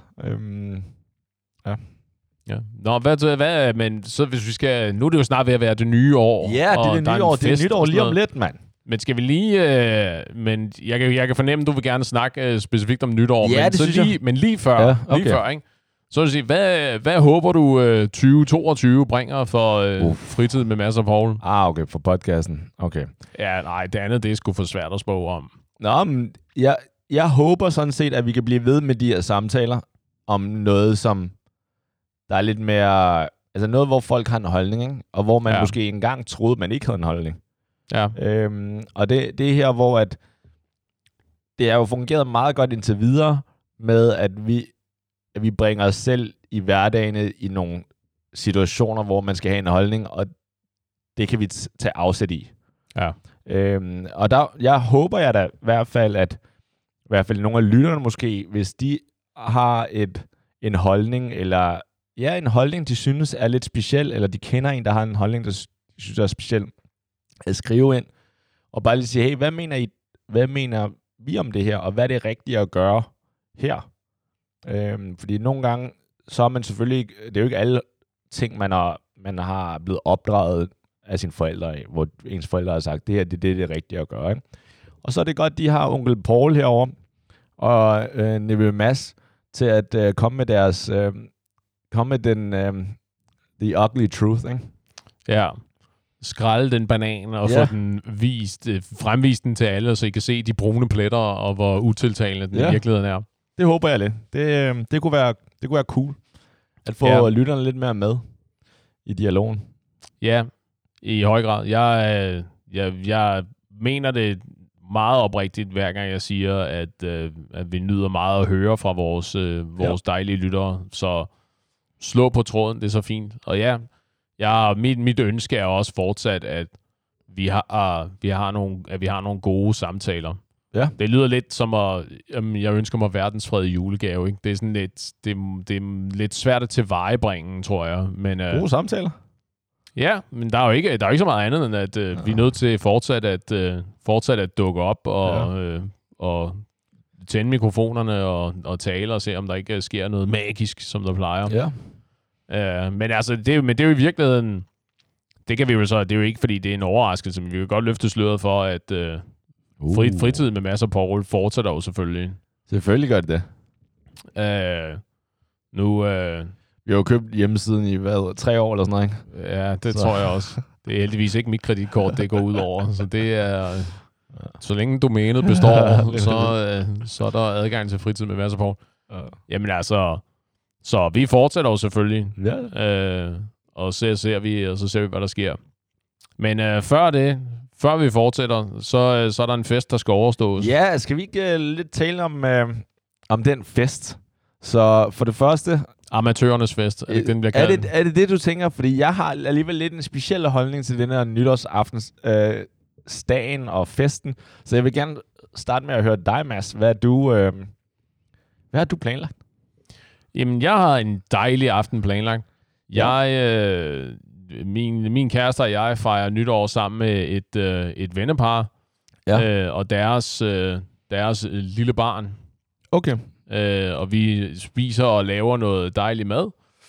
S2: Ja.
S1: Ja. Nå, men så hvis vi skal... Nu er det jo snart ved at være det nye år.
S2: Ja, det er det nye år. Det er nyt år lige om lidt, mand.
S1: Men skal vi lige... men jeg kan fornemme, at du vil gerne snakke specifikt om nytår.
S2: Ja,
S1: men
S2: det synes jeg.
S1: Men lige før,
S2: okay.
S1: lige før, ikke? Så vil jeg sige, hvad håber du 2022 bringer for fritid med Mads og Paul?
S2: Okay, for podcasten. Okay.
S1: Ja, nej, det andet, det er sgu for svært at spå om.
S2: Nå, men jeg håber sådan set, at vi kan blive ved med de her samtaler om noget, som der er lidt mere... Altså noget, hvor folk har en holdning, ikke? Og hvor man måske engang troede, man ikke havde en holdning.
S1: Ja.
S2: Og det er her, hvor at det er jo fungeret meget godt indtil videre med, at vi bringer os selv i hverdagen i nogle situationer, hvor man skal have en holdning, og det kan vi tage afsæt i.
S1: Ja.
S2: Og jeg håber da i hvert fald, at i hvert fald nogle af lytterne måske, hvis de har en holdning, eller en holdning, de synes er lidt speciel, eller de kender en, der har en holdning, der synes er speciel, at skrive ind, og bare lige sige, hey, hvad mener vi om det her, og hvad er det rigtige at gøre her? Fordi nogle gange, så er man selvfølgelig, det er jo ikke alle ting, man har blevet opdraget af sine forældre af, hvor ens forældre har sagt, det her, det er det rigtige at gøre, ikke? Og så er det godt, de har onkel Paul herovre, og nevø Mads, til at komme med deres, komme med den, the ugly truth, ikke?
S1: Ja. Skralde den banan og få den fremvist den til alle, så I kan se de brune pletter, og hvor utiltalende den i virkeligheden er.
S2: Det håber jeg lidt. Det kunne være cool, at få lytterne lidt mere med i dialogen. Ja,
S1: i høj grad. Jeg mener det meget oprigtigt, hver gang jeg siger, at vi nyder meget at høre fra vores dejlige lyttere. Så slå på tråden, det er så fint. Og mit ønske er også fortsat, at vi har nogle gode samtaler. Ja. Det lyder lidt som jeg ønsker mig verdensfred i julegave, ikke? Det er sådan lidt, det er lidt svært at tilvejebringe, tror jeg. Men,
S2: gode samtaler.
S1: Ja, men der er jo ikke så meget andet, end at vi er nødt til fortsat at dukke op og tænde mikrofonerne og tale og se, om der ikke sker noget magisk, som der plejer. Ja. Men altså, det er jo i virkeligheden, det kan vi jo så, det er jo ikke, fordi det er en overraskelse, men vi kan godt løfte sløret for, at fritid med Mads og Paul fortsætter jo selvfølgelig.
S2: Selvfølgelig gør det det. Vi har jo købt hjemmesiden i 3 år eller sådan noget, ikke?
S1: Ja, det tror jeg også. Det er heldigvis ikke mit kreditkort, det går ud over. Så det er... Så længe domænet består, så er der adgang til fritid med Mads og Paul. Jamen altså... Så vi fortsætter jo selvfølgelig. Ja. Og så ser vi, hvad der sker. Men før vi fortsætter, så er der en fest, der skal overstås.
S2: Ja, skal vi ikke lidt tale om den fest? Så for det første...
S1: Amatørernes fest, den bliver kaldt.
S2: Er det, du tænker? Fordi jeg har alligevel lidt en speciel holdning til den her nytårsaftens stagen og festen. Så jeg vil gerne starte med at høre dig, Mads. Hvad har du planlagt?
S1: Jamen, jeg har en dejlig aften planlagt. Min kæreste og jeg fejrer nytår sammen med et vennepar og deres lille barn.
S2: Okay.
S1: Og vi spiser og laver noget dejlig mad.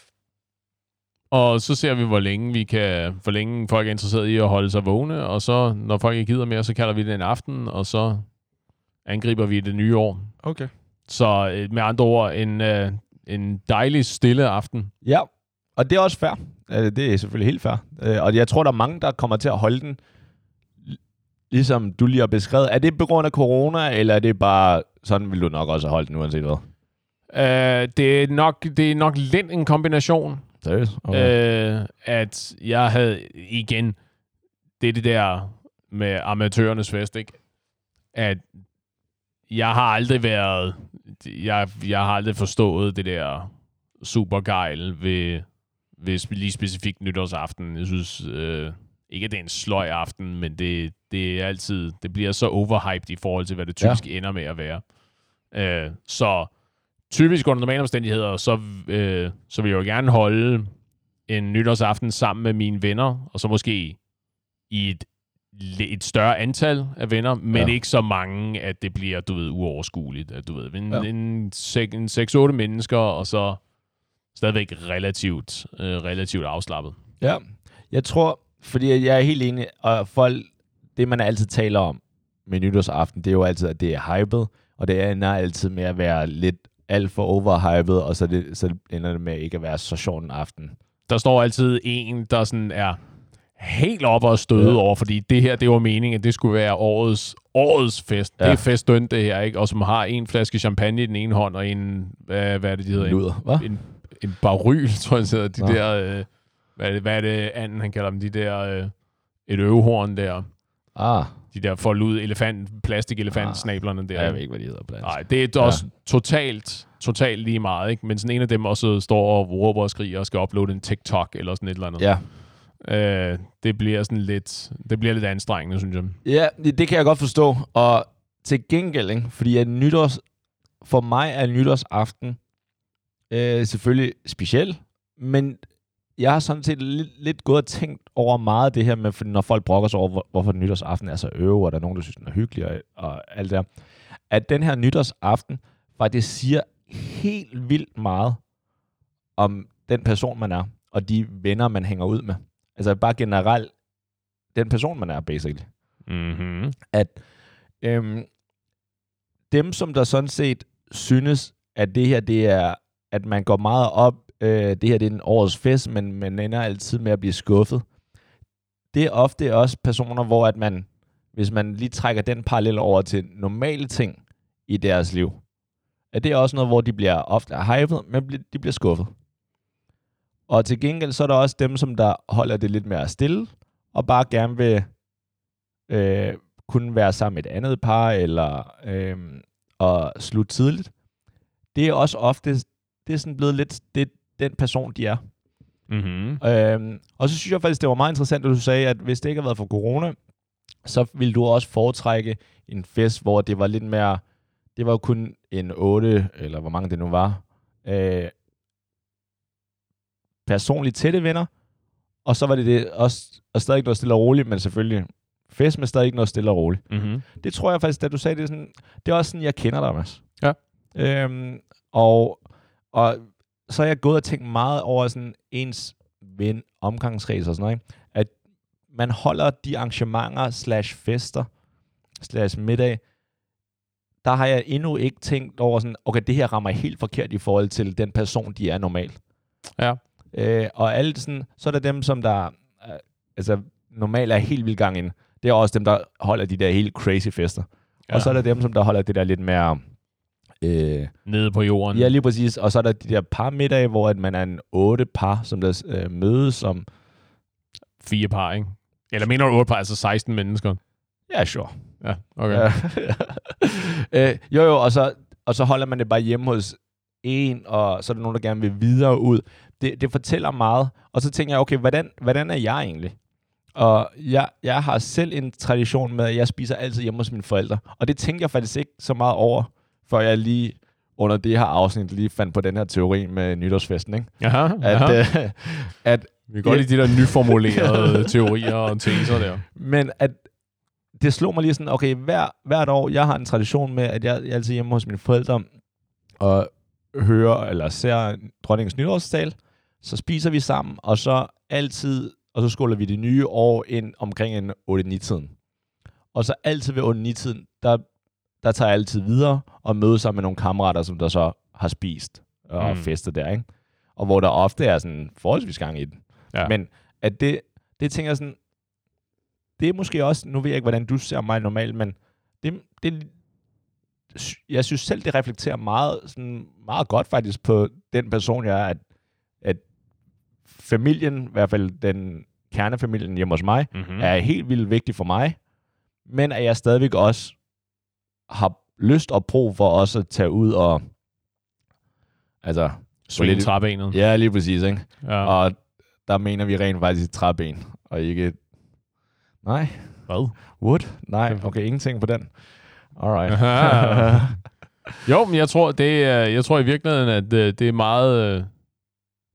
S1: Og så ser vi, hvor længe folk er interesseret i at holde sig vågne. Og så, når folk ikke gider mere, så kalder vi det en aften, og så angriber vi det nye år.
S2: Okay.
S1: Så med andre ord, en dejlig, stille aften.
S2: Ja, og det er også fair. Det er selvfølgelig helt fair. Og jeg tror, der er mange, der kommer til at holde den, ligesom du lige har beskrevet. Er det på grund af corona, eller er det bare, sådan vil du nok også have holdt den, uanset hvad?
S1: Det er nok lidt en kombination.
S2: Seriøst? Okay.
S1: At jeg havde igen, det der med amatørernes fest, ikke? At jeg har aldrig været... Jeg har aldrig forstået det der supergejl ved lige specifikt nytårsaften. Jeg synes ikke, at det er en sløj aften, men det er altid... Det bliver så overhyped i forhold til, hvad det typisk ender med at være. Så typisk under normale omstændigheder, så vil jeg jo gerne holde en nytårsaften sammen med mine venner, og så måske i et større antal af venner, men ikke så mange, at det bliver, uoverskueligt. En 6-8 mennesker, og så stadigvæk relativt afslappet.
S2: Ja, jeg tror, fordi jeg er helt enig, og folk, det man altid taler om med nytårsaften, det er jo altid, at det er hypet, og det ender altid med at være lidt alt for overhypet, og så ender det med ikke at være så sjov en aften.
S1: Der står altid en, der sådan er helt op og støde over, fordi det her, det var meningen, at det skulle være årets fest. Ja. Det er festdønt, det her, ikke? Og som har en flaske champagne i den ene hånd, og en, hvad er det, de hedder?
S2: Luder,
S1: en baryl, tror jeg, hedder. De der, hvad er det anden, han kalder dem? De der, et øvehorn der. De der foldud plastik-elefant-snablerne der.
S2: Jeg ved ikke, hvad de hedder.
S1: Nej, det er også totalt lige meget, ikke? Men sådan en af dem også står og råber og skriger og skal uploade en TikTok eller sådan et eller andet.
S2: Ja.
S1: Det bliver lidt anstrengende, synes jeg.
S2: Ja, det kan jeg godt forstå. Og til gengæld, ikke? Fordi at for mig er nytårsaften selvfølgelig speciel, men jeg har sådan set lidt gået og tænkt over meget det her med, når folk brokker sig over, hvorfor nytårsaften er så og der er nogen, der synes, den er hyggelig og alt det der. At den her nytårsaften faktisk siger helt vildt meget om den person, man er, og de venner, man hænger ud med. Altså bare generelt, den person, man er, basically.
S1: Mm-hmm.
S2: At dem, som der sådan set synes, at det her, det er, at man går meget op, det her, det er en årets fest, men man ender altid med at blive skuffet. Det er ofte også personer, hvor at man, hvis man lige trækker den parallel over til normale ting i deres liv, at det er også noget, hvor de bliver ofte hypet, men de bliver skuffet. Og til gengæld, så er der også dem, som der holder det lidt mere stille, og bare gerne vil kunne være sammen med et andet par, eller og slutte tidligt. Det er også ofte, det er sådan blevet lidt den person, de er.
S1: Mm-hmm.
S2: Og så synes jeg faktisk, det var meget interessant, at du sagde, at hvis det ikke havde været for corona, så ville du også foretrække en fest, hvor det var lidt mere, det var jo kun en 8, eller hvor mange det nu var, personligt tætte venner, og så var det også, og stadig noget stille og roligt, men selvfølgelig fest, men stadig noget stille og roligt.
S1: Mm-hmm.
S2: Det tror jeg faktisk, da du sagde det, sådan, det er også sådan, jeg kender dig, Mads.
S1: Ja.
S2: Og så er jeg gået og tænkt meget over sådan ens ven, omgangskreds og sådan noget, ikke? At man holder de arrangementer /fester /middag, der har jeg endnu ikke tænkt over sådan, okay, det her rammer helt forkert i forhold til den person, de er normalt.
S1: Ja.
S2: Og alle sådan, så er der dem, som der altså normalt er helt vildt gang ind. Det er også dem, der holder de der helt crazy fester. Ja. Og så er der dem, som der holder det der lidt mere
S1: nede på jorden.
S2: Ja, lige præcis. Og så er der de der par middage, hvor at man er en 8 par, som der mødes som
S1: 4 par, ikke? Eller mener du 8 par, altså 16 mennesker?
S2: Ja, sure.
S1: Ja, okay.
S2: Jo, og så holder man det bare hjemme hos en, og så er der nogen, der gerne vil videre ud. Det fortæller meget. Og så tænker jeg, okay, hvordan er jeg egentlig? Og jeg har selv en tradition med, at jeg spiser altid hjemme hos mine forældre. Og det tænker jeg faktisk ikke så meget over, før jeg lige under det her afsnit lige fandt på den her teori med nytårsfesten, ikke?
S1: Aha.
S2: At
S1: vi kan godt lide de der nyformulerede teorier og teser der.
S2: Men at det slog mig lige sådan, okay, hvert år, jeg har en tradition med, at jeg altid hjemme hos mine forældre og hører eller ser dronningens nytårstale, så spiser vi sammen, og så skåler vi det nye år ind omkring en 8-9-tiden. Og så altid ved 8-9-tiden, der tager jeg altid videre og mødes sammen med nogle kammerater, som der så har spist og festet der, ikke? Og hvor der ofte er sådan forholdsvis gang i den.
S1: Ja.
S2: Men at det tænker jeg sådan, det er måske også, nu ved jeg ikke, hvordan du ser mig normalt, men det jeg synes selv, det reflekterer meget godt faktisk på den person, jeg er, at familien, i hvert fald den kernefamilien hjemme hos mig, er helt vildt vigtig for mig, men at jeg stadigvæk også har lyst og brug for også at tage ud og altså
S1: svinge træbenet.
S2: Ja, lige præcis, ikke?
S1: Ja.
S2: Og der mener vi rent faktisk træben, og ikke nej.
S1: Hvad?
S2: Wood? Nej, okay, ingenting på den. Alright.
S1: Jo, men jeg tror i virkeligheden, at det er meget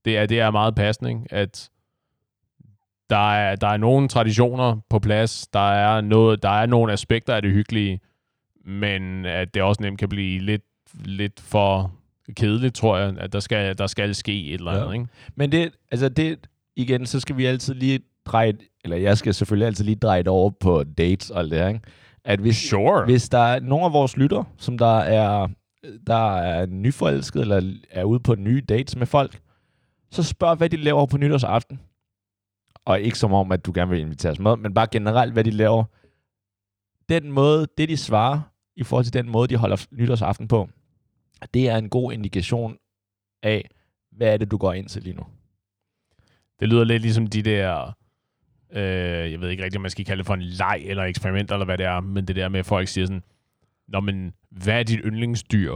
S1: det er meget passende, ikke? At der er nogle traditioner på plads, der er nogle aspekter af det hyggelige, men at det også nemt kan blive lidt for kedeligt, tror jeg, at der skal ske et eller andet, ikke?
S2: Men det igen, så skal vi altid lige jeg skal selvfølgelig altid lige dreje det over på dates og alt det her, ikke? At hvis der er nogle af vores lytter, som der er nyforelsket, eller er ude på nye dates med folk, så spørg, hvad de laver på nytårsaften. Og ikke som om, at du gerne vil inviteres med, men bare generelt, hvad de laver. Den måde, det de svarer, i forhold til den måde, de holder nytårsaften på, det er en god indikation af, hvad er det, du går ind til lige nu.
S1: Det lyder lidt ligesom de der, jeg ved ikke rigtig, om man skal kalde det for en leg eller eksperiment, eller hvad det er, men det der med, at folk siger sådan, nå, men hvad er dit yndlingsdyr?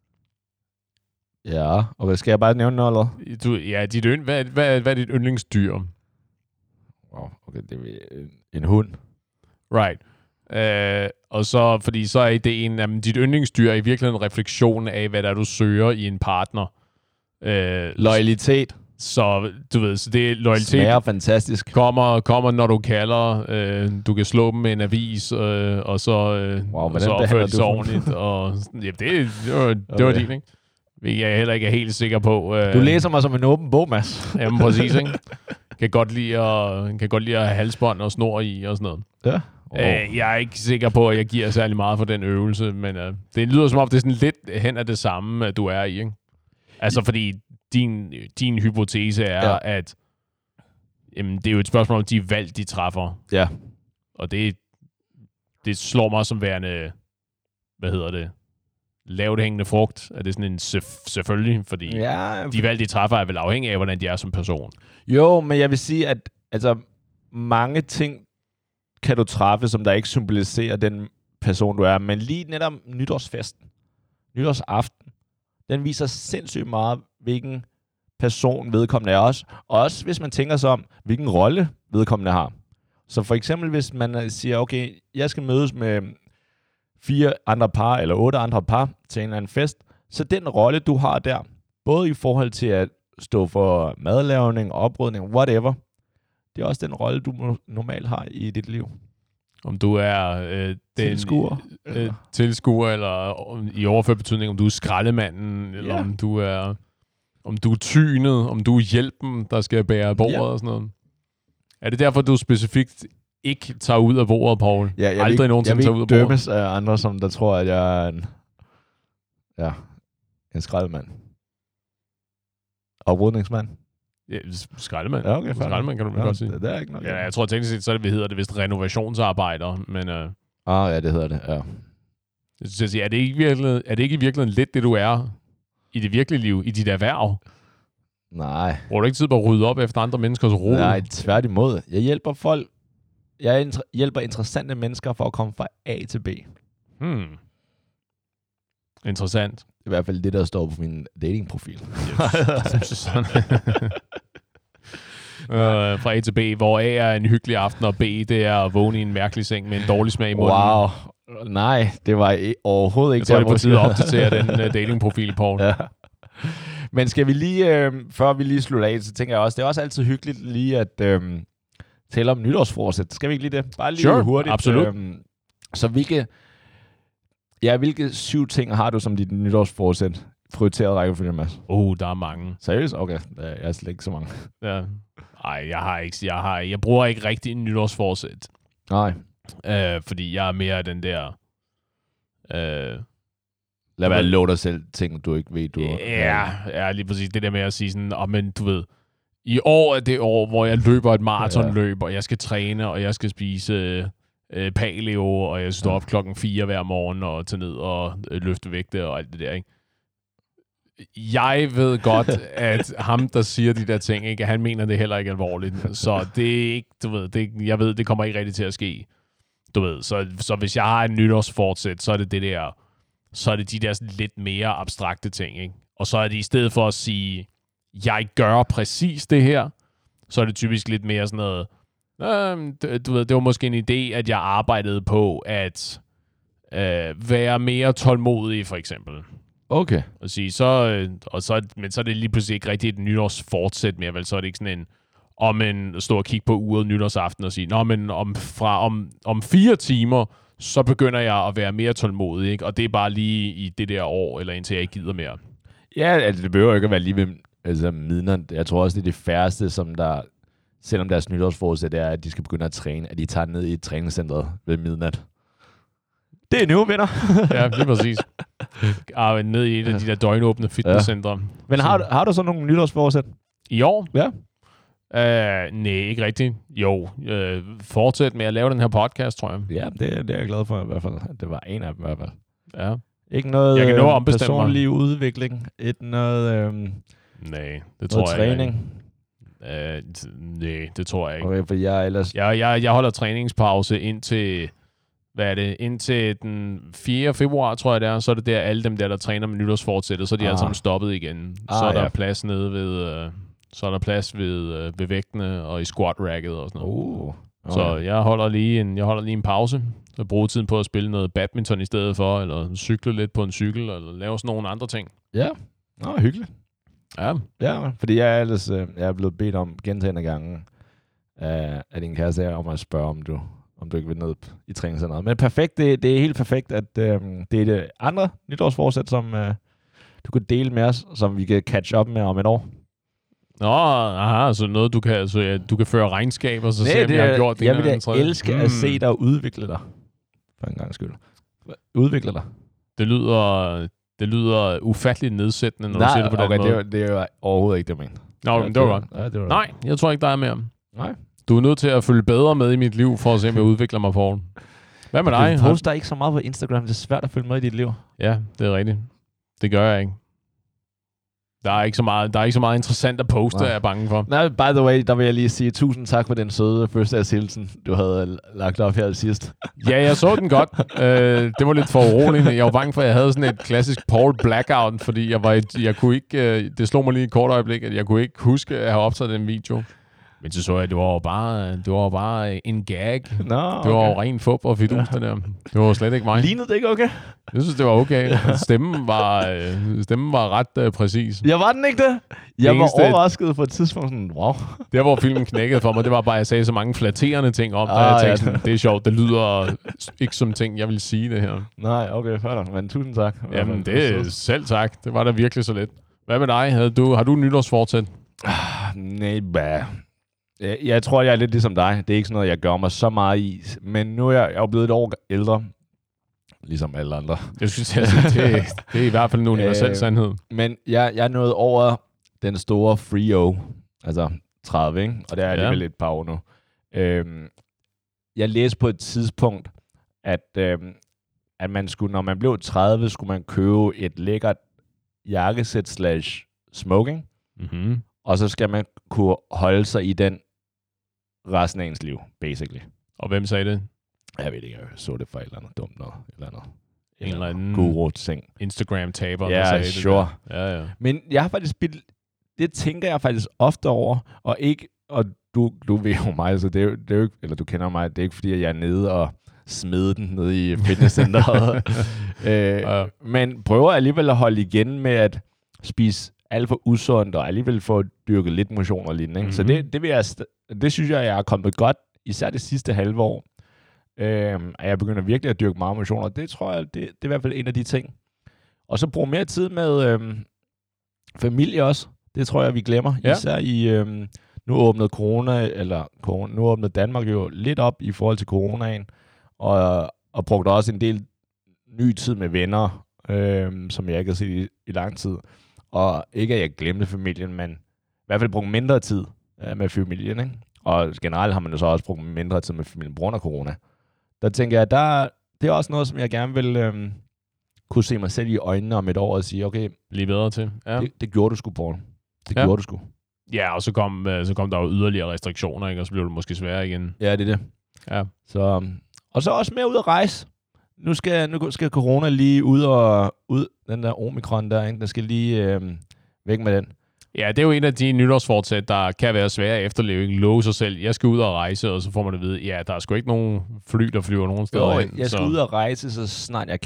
S2: Ja, og hvad skal jeg bare nævne noget, eller?
S1: Hvad er dit yndlingsdyr?
S2: Wow, okay, det er en hund.
S1: Right. Og så, fordi så er ideen, at dit yndlingsdyr er i virkeligheden en refleksion af, hvad der er, du søger i en partner.
S2: Loyalitet.
S1: Så du ved, så det er loyalitet.
S2: Smager fantastisk.
S1: Kommer når du kalder. Du kan slå dem med en avis, og så opføre det så ordentligt. Og, ja, det var din, ikke? Jeg er heller ikke helt sikker på.
S2: Du læser mig som en åben bog, Mads.
S1: Jamen præcis, ikke? Kan godt lide at have halsbånd og snor i og sådan noget.
S2: Ja.
S1: Jeg er ikke sikker på, at jeg giver særlig meget for den øvelse, men det lyder som om, det er sådan lidt hen af det samme, du er i, ikke? Altså, fordi din hypotese er, at jamen, det er jo et spørgsmål om de valg, de træffer.
S2: Ja.
S1: Og det slår mig som værende, lavt hængende frugt. Er det sådan en selvfølgelig, fordi de valg, de træffer, er vel afhængige af, hvordan de er som person.
S2: Jo, men jeg vil sige, at altså, mange ting kan du træffe, som der ikke symboliserer den person, du er. Men lige netop nytårsaften, den viser sindssygt meget, hvilken person vedkommende er også. Og også hvis man tænker sig om, hvilken rolle vedkommende har. Så for eksempel, hvis man siger, okay, jeg skal mødes med 4 andre par, eller 8 andre par til en eller anden fest, så den rolle, du har der, både i forhold til at stå for madlavning, oprydning, whatever, det er også den rolle, du normalt har i dit liv.
S1: Om du er tilskuer, eller i overført betydning, om du er skraldemanden, eller om du er tynet, om du er hjælpen, der skal bære bordet og sådan noget. Er det derfor, du specifikt ikke tager ud af bordet, Paul?
S2: Ja, jeg vil ikke dømmes af andre, som der tror, at jeg er en skraldemand. Oprydningsmand.
S1: Ja, skraldemand.
S2: Ja, okay,
S1: skraldemand kan du godt sige.
S2: Det er ikke noget.
S1: Ja, jeg tror teknisk set, så hedder det vist renovationsarbejder, men...
S2: ja, det hedder det, ja.
S1: Så jeg siger, er det ikke i virkeligheden lidt det, du er i det virkelige liv, i dit erhverv?
S2: Nej.
S1: Bruger du ikke tid på at rydde op efter andre menneskers rod?
S2: Nej, tværtimod. Jeg hjælper folk. Jeg hjælper interessante mennesker for at komme fra A til B.
S1: Interessant.
S2: I hvert fald det, der står på min datingprofil.
S1: Fra A til B, hvor A er en hyggelig aften, og B, det er at vågne i en mærkelig seng med en dårlig smag i munden.
S2: Wow. Nej, det var overhovedet ikke.
S1: Jeg tror, det er på tide at opdatere den datingprofil, Paul.
S2: Ja. Men skal vi lige, før vi lige slutter af, så tænker jeg også, det er også altid hyggeligt lige at tale om nytårsforsæt. Skal vi ikke lige det? Bare lige hurtigt.
S1: Absolut.
S2: Så hvilke 7 ting har du som dit nytårsforsæt? Prioriteret rækkefølge, Mads?
S1: Der er mange.
S2: Seriøst? Okay, jeg er slet ikke så mange.
S1: Ja. Ej, jeg bruger ikke rigtig en nytårsforsæt.
S2: Nej.
S1: Fordi jeg er mere den der...
S2: Lad være at love dig selv ting, du ikke ved, du...
S1: Ja, lige præcis. Det der med at sige sådan, men du ved, i år er det år, hvor jeg løber et maratonløb, og jeg skal træne, og jeg skal spise paleo, og jeg står op 4:00 hver morgen, og tage ned og løfte vægte, og alt det der, ikke? Jeg ved godt, at ham, der siger de der ting, ikke, han mener det heller ikke alvorligt. Så det er ikke, du ved, jeg ved, det kommer ikke rigtig til at ske. Du ved, så hvis jeg har en nytårsfortsæt, så er det der, så er det de der lidt mere abstrakte ting, ikke? Og så er det i stedet for at sige, jeg gør præcis det her, så er det typisk lidt mere sådan noget, du ved, det var måske en idé, at jeg arbejdede på at være mere tålmodig, for eksempel.
S2: Okay.
S1: Og sige, men så er det lige pludselig ikke rigtigt et nytårsfortsæt mere, vel? Så er det ikke sådan en stå og kigge på uret nytårsaften og sige, nå, men om 4 timer, så begynder jeg at være mere tålmodig, ikke? Og det er bare lige i det der år, eller indtil jeg ikke gider mere.
S2: Ja, altså, det behøver ikke at være lige ved midnat. Jeg tror også, det er det færreste, som der, selvom deres nytårsforsæt er, at de skal begynde at træne, at de tager ned i træningscentret ved midnat. Det er nu, venner.
S1: Ja, lige præcis. Ned i et af de der døgnåbne fitnesscentre.
S2: Ja. Men har du så nogle nytårsforsæt?
S1: I år?
S2: Ja.
S1: Nej, ikke rigtigt. Jo, fortsæt med at lave den her podcast, tror jeg.
S2: Ja, det er jeg glad for i hvert fald. Det var en af dem i hvert fald.
S1: Ja.
S2: Ikke noget
S1: jeg kan nå at
S2: personlig udvikling? Noget
S1: nej, det tror jeg
S2: træning?
S1: Nej, det tror jeg ikke.
S2: Okay, for
S1: jeg holder træningspause indtil... Hvad er det? Indtil den 4. februar, tror jeg det er, så er det der alle dem der træner med nytårsfortsættet, så er de alle sammen stoppet igen. Så er der plads nede ved... så er der plads ved vægtene og i squat racket og sådan noget. Okay. Så jeg holder lige en pause. Så bruger tiden på at spille noget badminton i stedet for, eller cykle lidt på en cykel, eller lave sådan nogle andre ting.
S2: Ja, hyggeligt.
S1: Ja,
S2: fordi jeg er blevet bedt om gentagne gange af din kæreste om at spørge, om du ikke vil ned i træningscenteret. Men perfekt, det er helt perfekt, at det er det andre nytårsforsæt, som du kan dele med os, som vi kan catch up med om et år.
S1: Så noget, du kan føre regnskab, og så se, om jeg har gjort det.
S2: Jeg vil da elske at se dig udvikle dig. For en gang skyld. Udvikle dig.
S1: Det lyder ufatteligt nedsættende, når du siger det på den måde.
S2: Det er jo overhovedet ikke det, jeg mener.
S1: Nå, men det var godt.
S2: Ja, det var
S1: nej, jeg tror ikke, der er mere.
S2: Nej.
S1: Du er nødt til at følge bedre med i mit liv, for at se, om jeg udvikler mig, Poul. Hvad med dig?
S2: Du poster ikke så meget på Instagram. Det er svært at følge med i dit liv.
S1: Ja, det er rigtigt. Det gør jeg ikke. Der er ikke så meget interessant at poste, er jeg bange for.
S2: Nej, by the way, der vil jeg lige sige tusind tak for den søde fødselsdagshilsen, du havde lagt op her sidst.
S1: Ja, jeg så den godt. Det var lidt for uroligende. Jeg var bange for, at jeg havde sådan et klassisk Paul blackout, fordi jeg kunne ikke... det slog mig lige et kort øjeblik, at jeg kunne ikke huske at have optaget den video. Men så jeg, det var bare en gag. Det var jo ren fup og fidus, det der. Det var slet ikke mig.
S2: Lignede det ikke okay?
S1: Jeg synes, det var okay. Stemmen var ret præcis.
S2: Ja, var den ikke det? Jeg var overrasket på et tidspunkt. Sådan, wow.
S1: Der, hvor filmen knækkede for mig, det var bare, at jeg sagde så mange flatterende ting om, jeg tænkte sådan, det er sjovt, det lyder ikke som ting, jeg vil sige det her.
S2: Nej, okay, fair. Men tusind tak.
S1: Jamen, det er selv tak. Det var da virkelig så let. Hvad med dig? Har du nytårsfortsæt?
S2: Nej, jeg tror, jeg er lidt ligesom dig. Det er ikke sådan noget, jeg gør mig så meget i. Men nu er jeg jo blevet et år ældre. Ligesom alle andre.
S1: Jeg synes, det er i hvert fald en universel sandhed.
S2: Men jeg er nået over den store Frio. Altså 30, ikke? Og det er alligevel et par år nu. Jeg læste på et tidspunkt, at man skulle, når man blev 30, skulle man købe et lækkert jakkesæt /smoking.
S1: Mm-hmm.
S2: Og så skal man kunne holde sig i den resten af ens liv, basically.
S1: Og hvem sagde det?
S2: Jeg ved ikke, jeg så det for et eller andet dumt noget.
S1: En eller anden
S2: guru-ting.
S1: Instagram-taber,
S2: der sagde sure.
S1: det. Ja.
S2: Men jeg har faktisk det tænker jeg faktisk ofte over, og du ved jo mig, så det er jo ikke, eller du kender mig, det er ikke fordi, at jeg er nede og smide den nede i fitnesscenteret. Men prøver alligevel at holde igen med at spise alt for usundt, og alligevel få dyrket lidt motion og lignende. Mm-hmm. Så det synes jeg er kommet godt, især det sidste halve år. At jeg begynder virkelig at dyrke meget motion, og det tror jeg, det er i hvert fald en af de ting. Og så bruge mere tid med familie også. Det tror jeg, vi glemmer. Ja. Især i nu åbnede Danmark jo lidt op i forhold til coronaen, og brugte også en del ny tid med venner, som jeg ikke har set i lang tid. Og ikke at jeg glemte familien, men i hvert fald brugt mindre tid med familien, ikke? Og generelt har man jo så også brugt mindre tid med familien på grund af corona. Der tænker jeg, det er også noget, som jeg gerne vil kunne se mig selv i øjnene om et år og sige, okay,
S1: blive bedre til. Ja.
S2: Det gjorde du sgu, Paul. Det gjorde du sgu.
S1: Ja, og så kom der jo yderligere restriktioner, ikke? Og så blev det måske sværere igen.
S2: Ja, det er det. Ja. Så, og så også mere ud at rejse. Nu skal corona lige ud den der omikron der, ikke? Der skal lige væk med den.
S1: Ja, det er jo en af de nytårsfortsæt, der kan være svære at efterleve. Ikke? Love sig selv. Jeg skal ud og rejse, og så får man at vide, ja, der er sgu ikke nogen fly, der flyver nogen steder ind.
S2: Jeg skal ud og rejse, så snart jeg kan.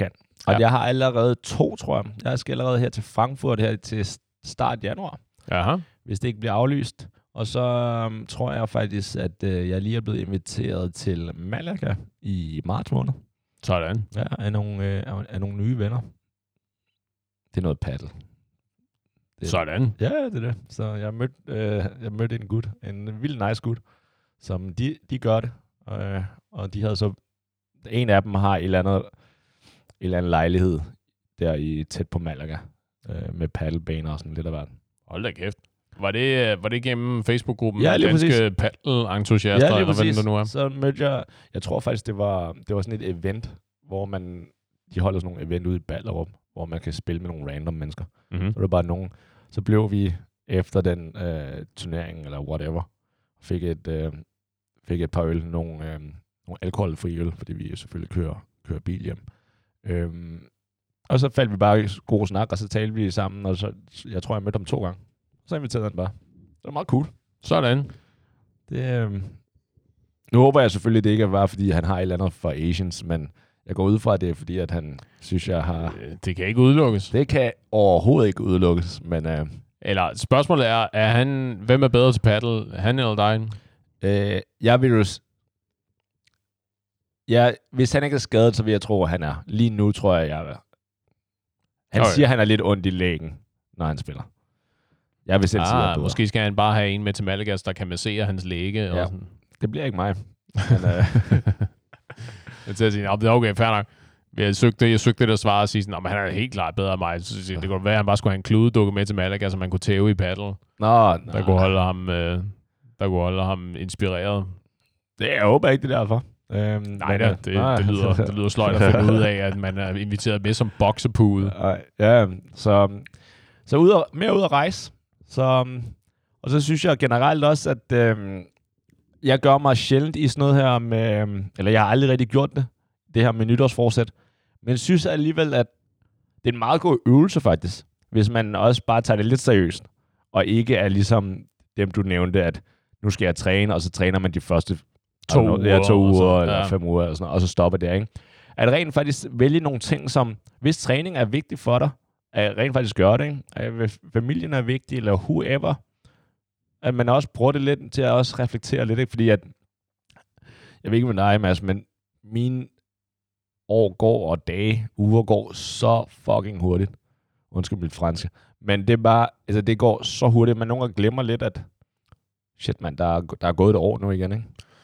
S2: Og jeg har allerede 2, tror jeg. Jeg skal allerede her til Frankfurt her til start januar.
S1: Aha.
S2: Hvis det ikke bliver aflyst. Og så tror jeg faktisk, at jeg lige er blevet inviteret til Malaga i marts måned.
S1: Sådan.
S2: Ja, af nogle nye venner. Det er noget paddle.
S1: Sådan.
S2: Ja, det er det. Så jeg mødte en gut, en vild nice gut, som de gør det. Og de havde så, en af dem har en eller anden lejlighed der tæt på Malaga, med paddelbaner og sådan lidt af hvert.
S1: Hold da kæft. Var det gennem Facebook-gruppen?
S2: Ja, lige præcis.
S1: Danske paddle-entusiaster?
S2: Ja, lige præcis.
S1: Eller hvad nu er?
S2: Så mødte jeg tror faktisk, det var sådan et event, hvor de holder sådan nogle event ude i Ballerup, hvor man kan spille med nogle random mennesker.
S1: Mm-hmm.
S2: Så var det bare nogen. Så blev vi efter den turnering, eller whatever, fik et par øl, nogle alkoholfri øl, fordi vi selvfølgelig kører bil hjem. Og så faldt vi bare i god snak, og så talte vi sammen, og så, jeg tror, jeg mødte ham 2 gange. Så inviterede han bare. Det var meget cool.
S1: Sådan.
S2: Nu håber jeg selvfølgelig, det ikke er bare, fordi han har et eller andet for Asians, men jeg går ud fra, at det er fordi, at han synes, jeg har...
S1: Det kan ikke udelukkes.
S2: Det kan overhovedet ikke udelukkes, men...
S1: Eller spørgsmålet er hvem er bedre til paddle? Han eller dig?
S2: Jeg vil jo... Hvis han ikke er skadet, så vil jeg tro, at han er. Lige nu tror jeg er. Han siger, at han er lidt ondt i lægen, når han spiller. Jeg vil selv sige, at
S1: måske skal han bare have en med til Malagas, der kan massere hans læge. Ja, og sådan.
S2: Det bliver ikke mig.
S1: Men, jeg til at sige, det er okay, fair nok. Jeg søgte det at svare og sige sådan, han er helt klart bedre end mig. Så det kunne være, at han bare skulle have en kludedukke med til Malaga, så man kunne tæve i paddle. Der kunne holde ham inspireret.
S2: Det håber jeg ikke, det er derfor.
S1: Det lyder sløjt at finde ud af, at man er inviteret med som boksepude.
S2: Ja, så mere ud at rejse. Og så synes jeg generelt også, at jeg gør mig sjældent i sådan noget her med, eller jeg har aldrig rigtig gjort det her med nytårsforsæt, men jeg synes alligevel, at det er en meget god øvelse faktisk, hvis man også bare tager det lidt seriøst, og ikke er ligesom dem, du nævnte, at nu skal jeg træne, og så træner man de første 2 uger eller 5 uger, eller sådan noget, og så stopper det, ikke? At rent faktisk vælge nogle ting, som, hvis træning er vigtig for dig, at rent faktisk gøre det, ikke? At hvis familien er vigtig, eller whoever, at man også bruger det lidt til at også reflektere lidt, ikke? Fordi at, jeg ved ikke med dig, Mads, men mine år går, og uger går så fucking hurtigt. Undskyld mit franske. Men det er bare, altså det går så hurtigt, man nogle gange glemmer lidt, at shit man, der er gået et år nu igen, ikke?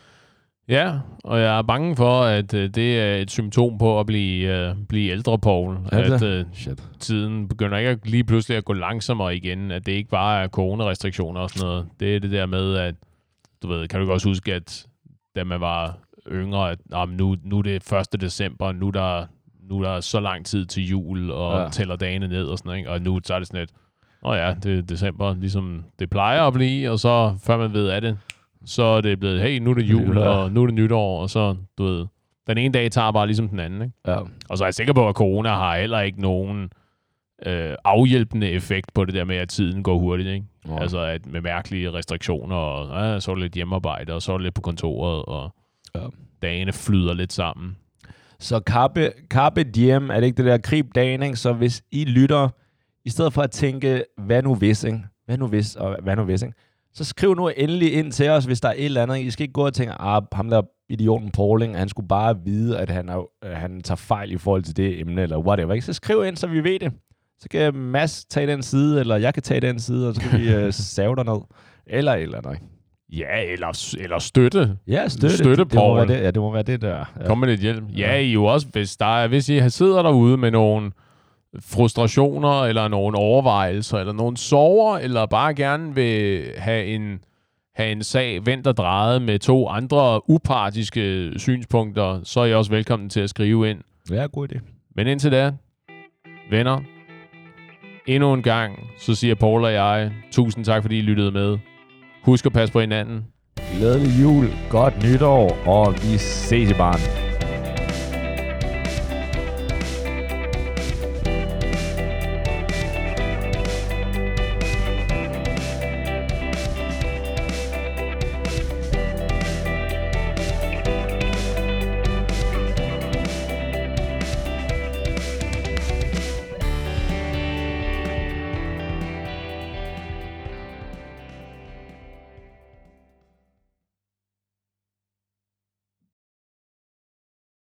S1: Ja, og jeg er bange for, at det er et symptom på at blive ældre, Paul. At tiden begynder ikke lige pludselig at gå langsommere igen. At det ikke bare er coronarestriktioner og sådan noget. Det er det der med, at du ved, kan du også huske, at da man var yngre, at nu er det 1. december, nu er der så lang tid til jul, og tæller dagene ned og sådan noget. Ikke? Og nu så er det sådan et, det er december, ligesom det plejer at blive, og så før man ved af det, så er det blevet, hey, nu er det jul, og nu er det nytår, og så, du ved, den ene dag tager bare ligesom den anden, ikke? Ja. Og så er jeg sikker på, at corona har heller ikke nogen afhjælpende effekt på det der med, at tiden går hurtigt, ikke? Ja. Altså, at med mærkelige restriktioner, og så er det lidt hjemmearbejde, og så er det lidt på kontoret, og dagene flyder lidt sammen.
S2: Så carpe diem, er det ikke det der grib dagen, ikke? Så hvis I lytter, i stedet for at tænke, hvad nu hvis, ikke? Hvad nu hvis, ikke? Så skriv nu endelig ind til os, hvis der er et eller andet. I skal ikke gå og tænke, ham der idioten Pauling, han skulle bare vide, at han tager fejl i forhold til det emne, eller whatever. Ikke? Så skriv ind, så vi ved det. Så kan Mads tage den side, eller jeg kan tage den side, og så kan vi save dig ned. Eller noget.
S1: Ja, eller støtte.
S2: Ja,
S1: støtte Paul.
S2: Det må være det der. Ja.
S1: Kom med lidt hjælp. Ja, I jo også, hvis I sidder derude med nogle frustrationer, eller nogle overvejelser, eller nogle sorger, eller bare gerne vil have en sag vendt og drejet med 2 andre upartiske synspunkter, så er I også velkommen til at skrive ind.
S2: Ja, god idé.
S1: Men indtil da, venner, endnu en gang, så siger Paul og jeg, tusind tak, fordi I lyttede med. Husk at passe på hinanden.
S2: Glædelig jul, godt nytår, og vi ses i baren.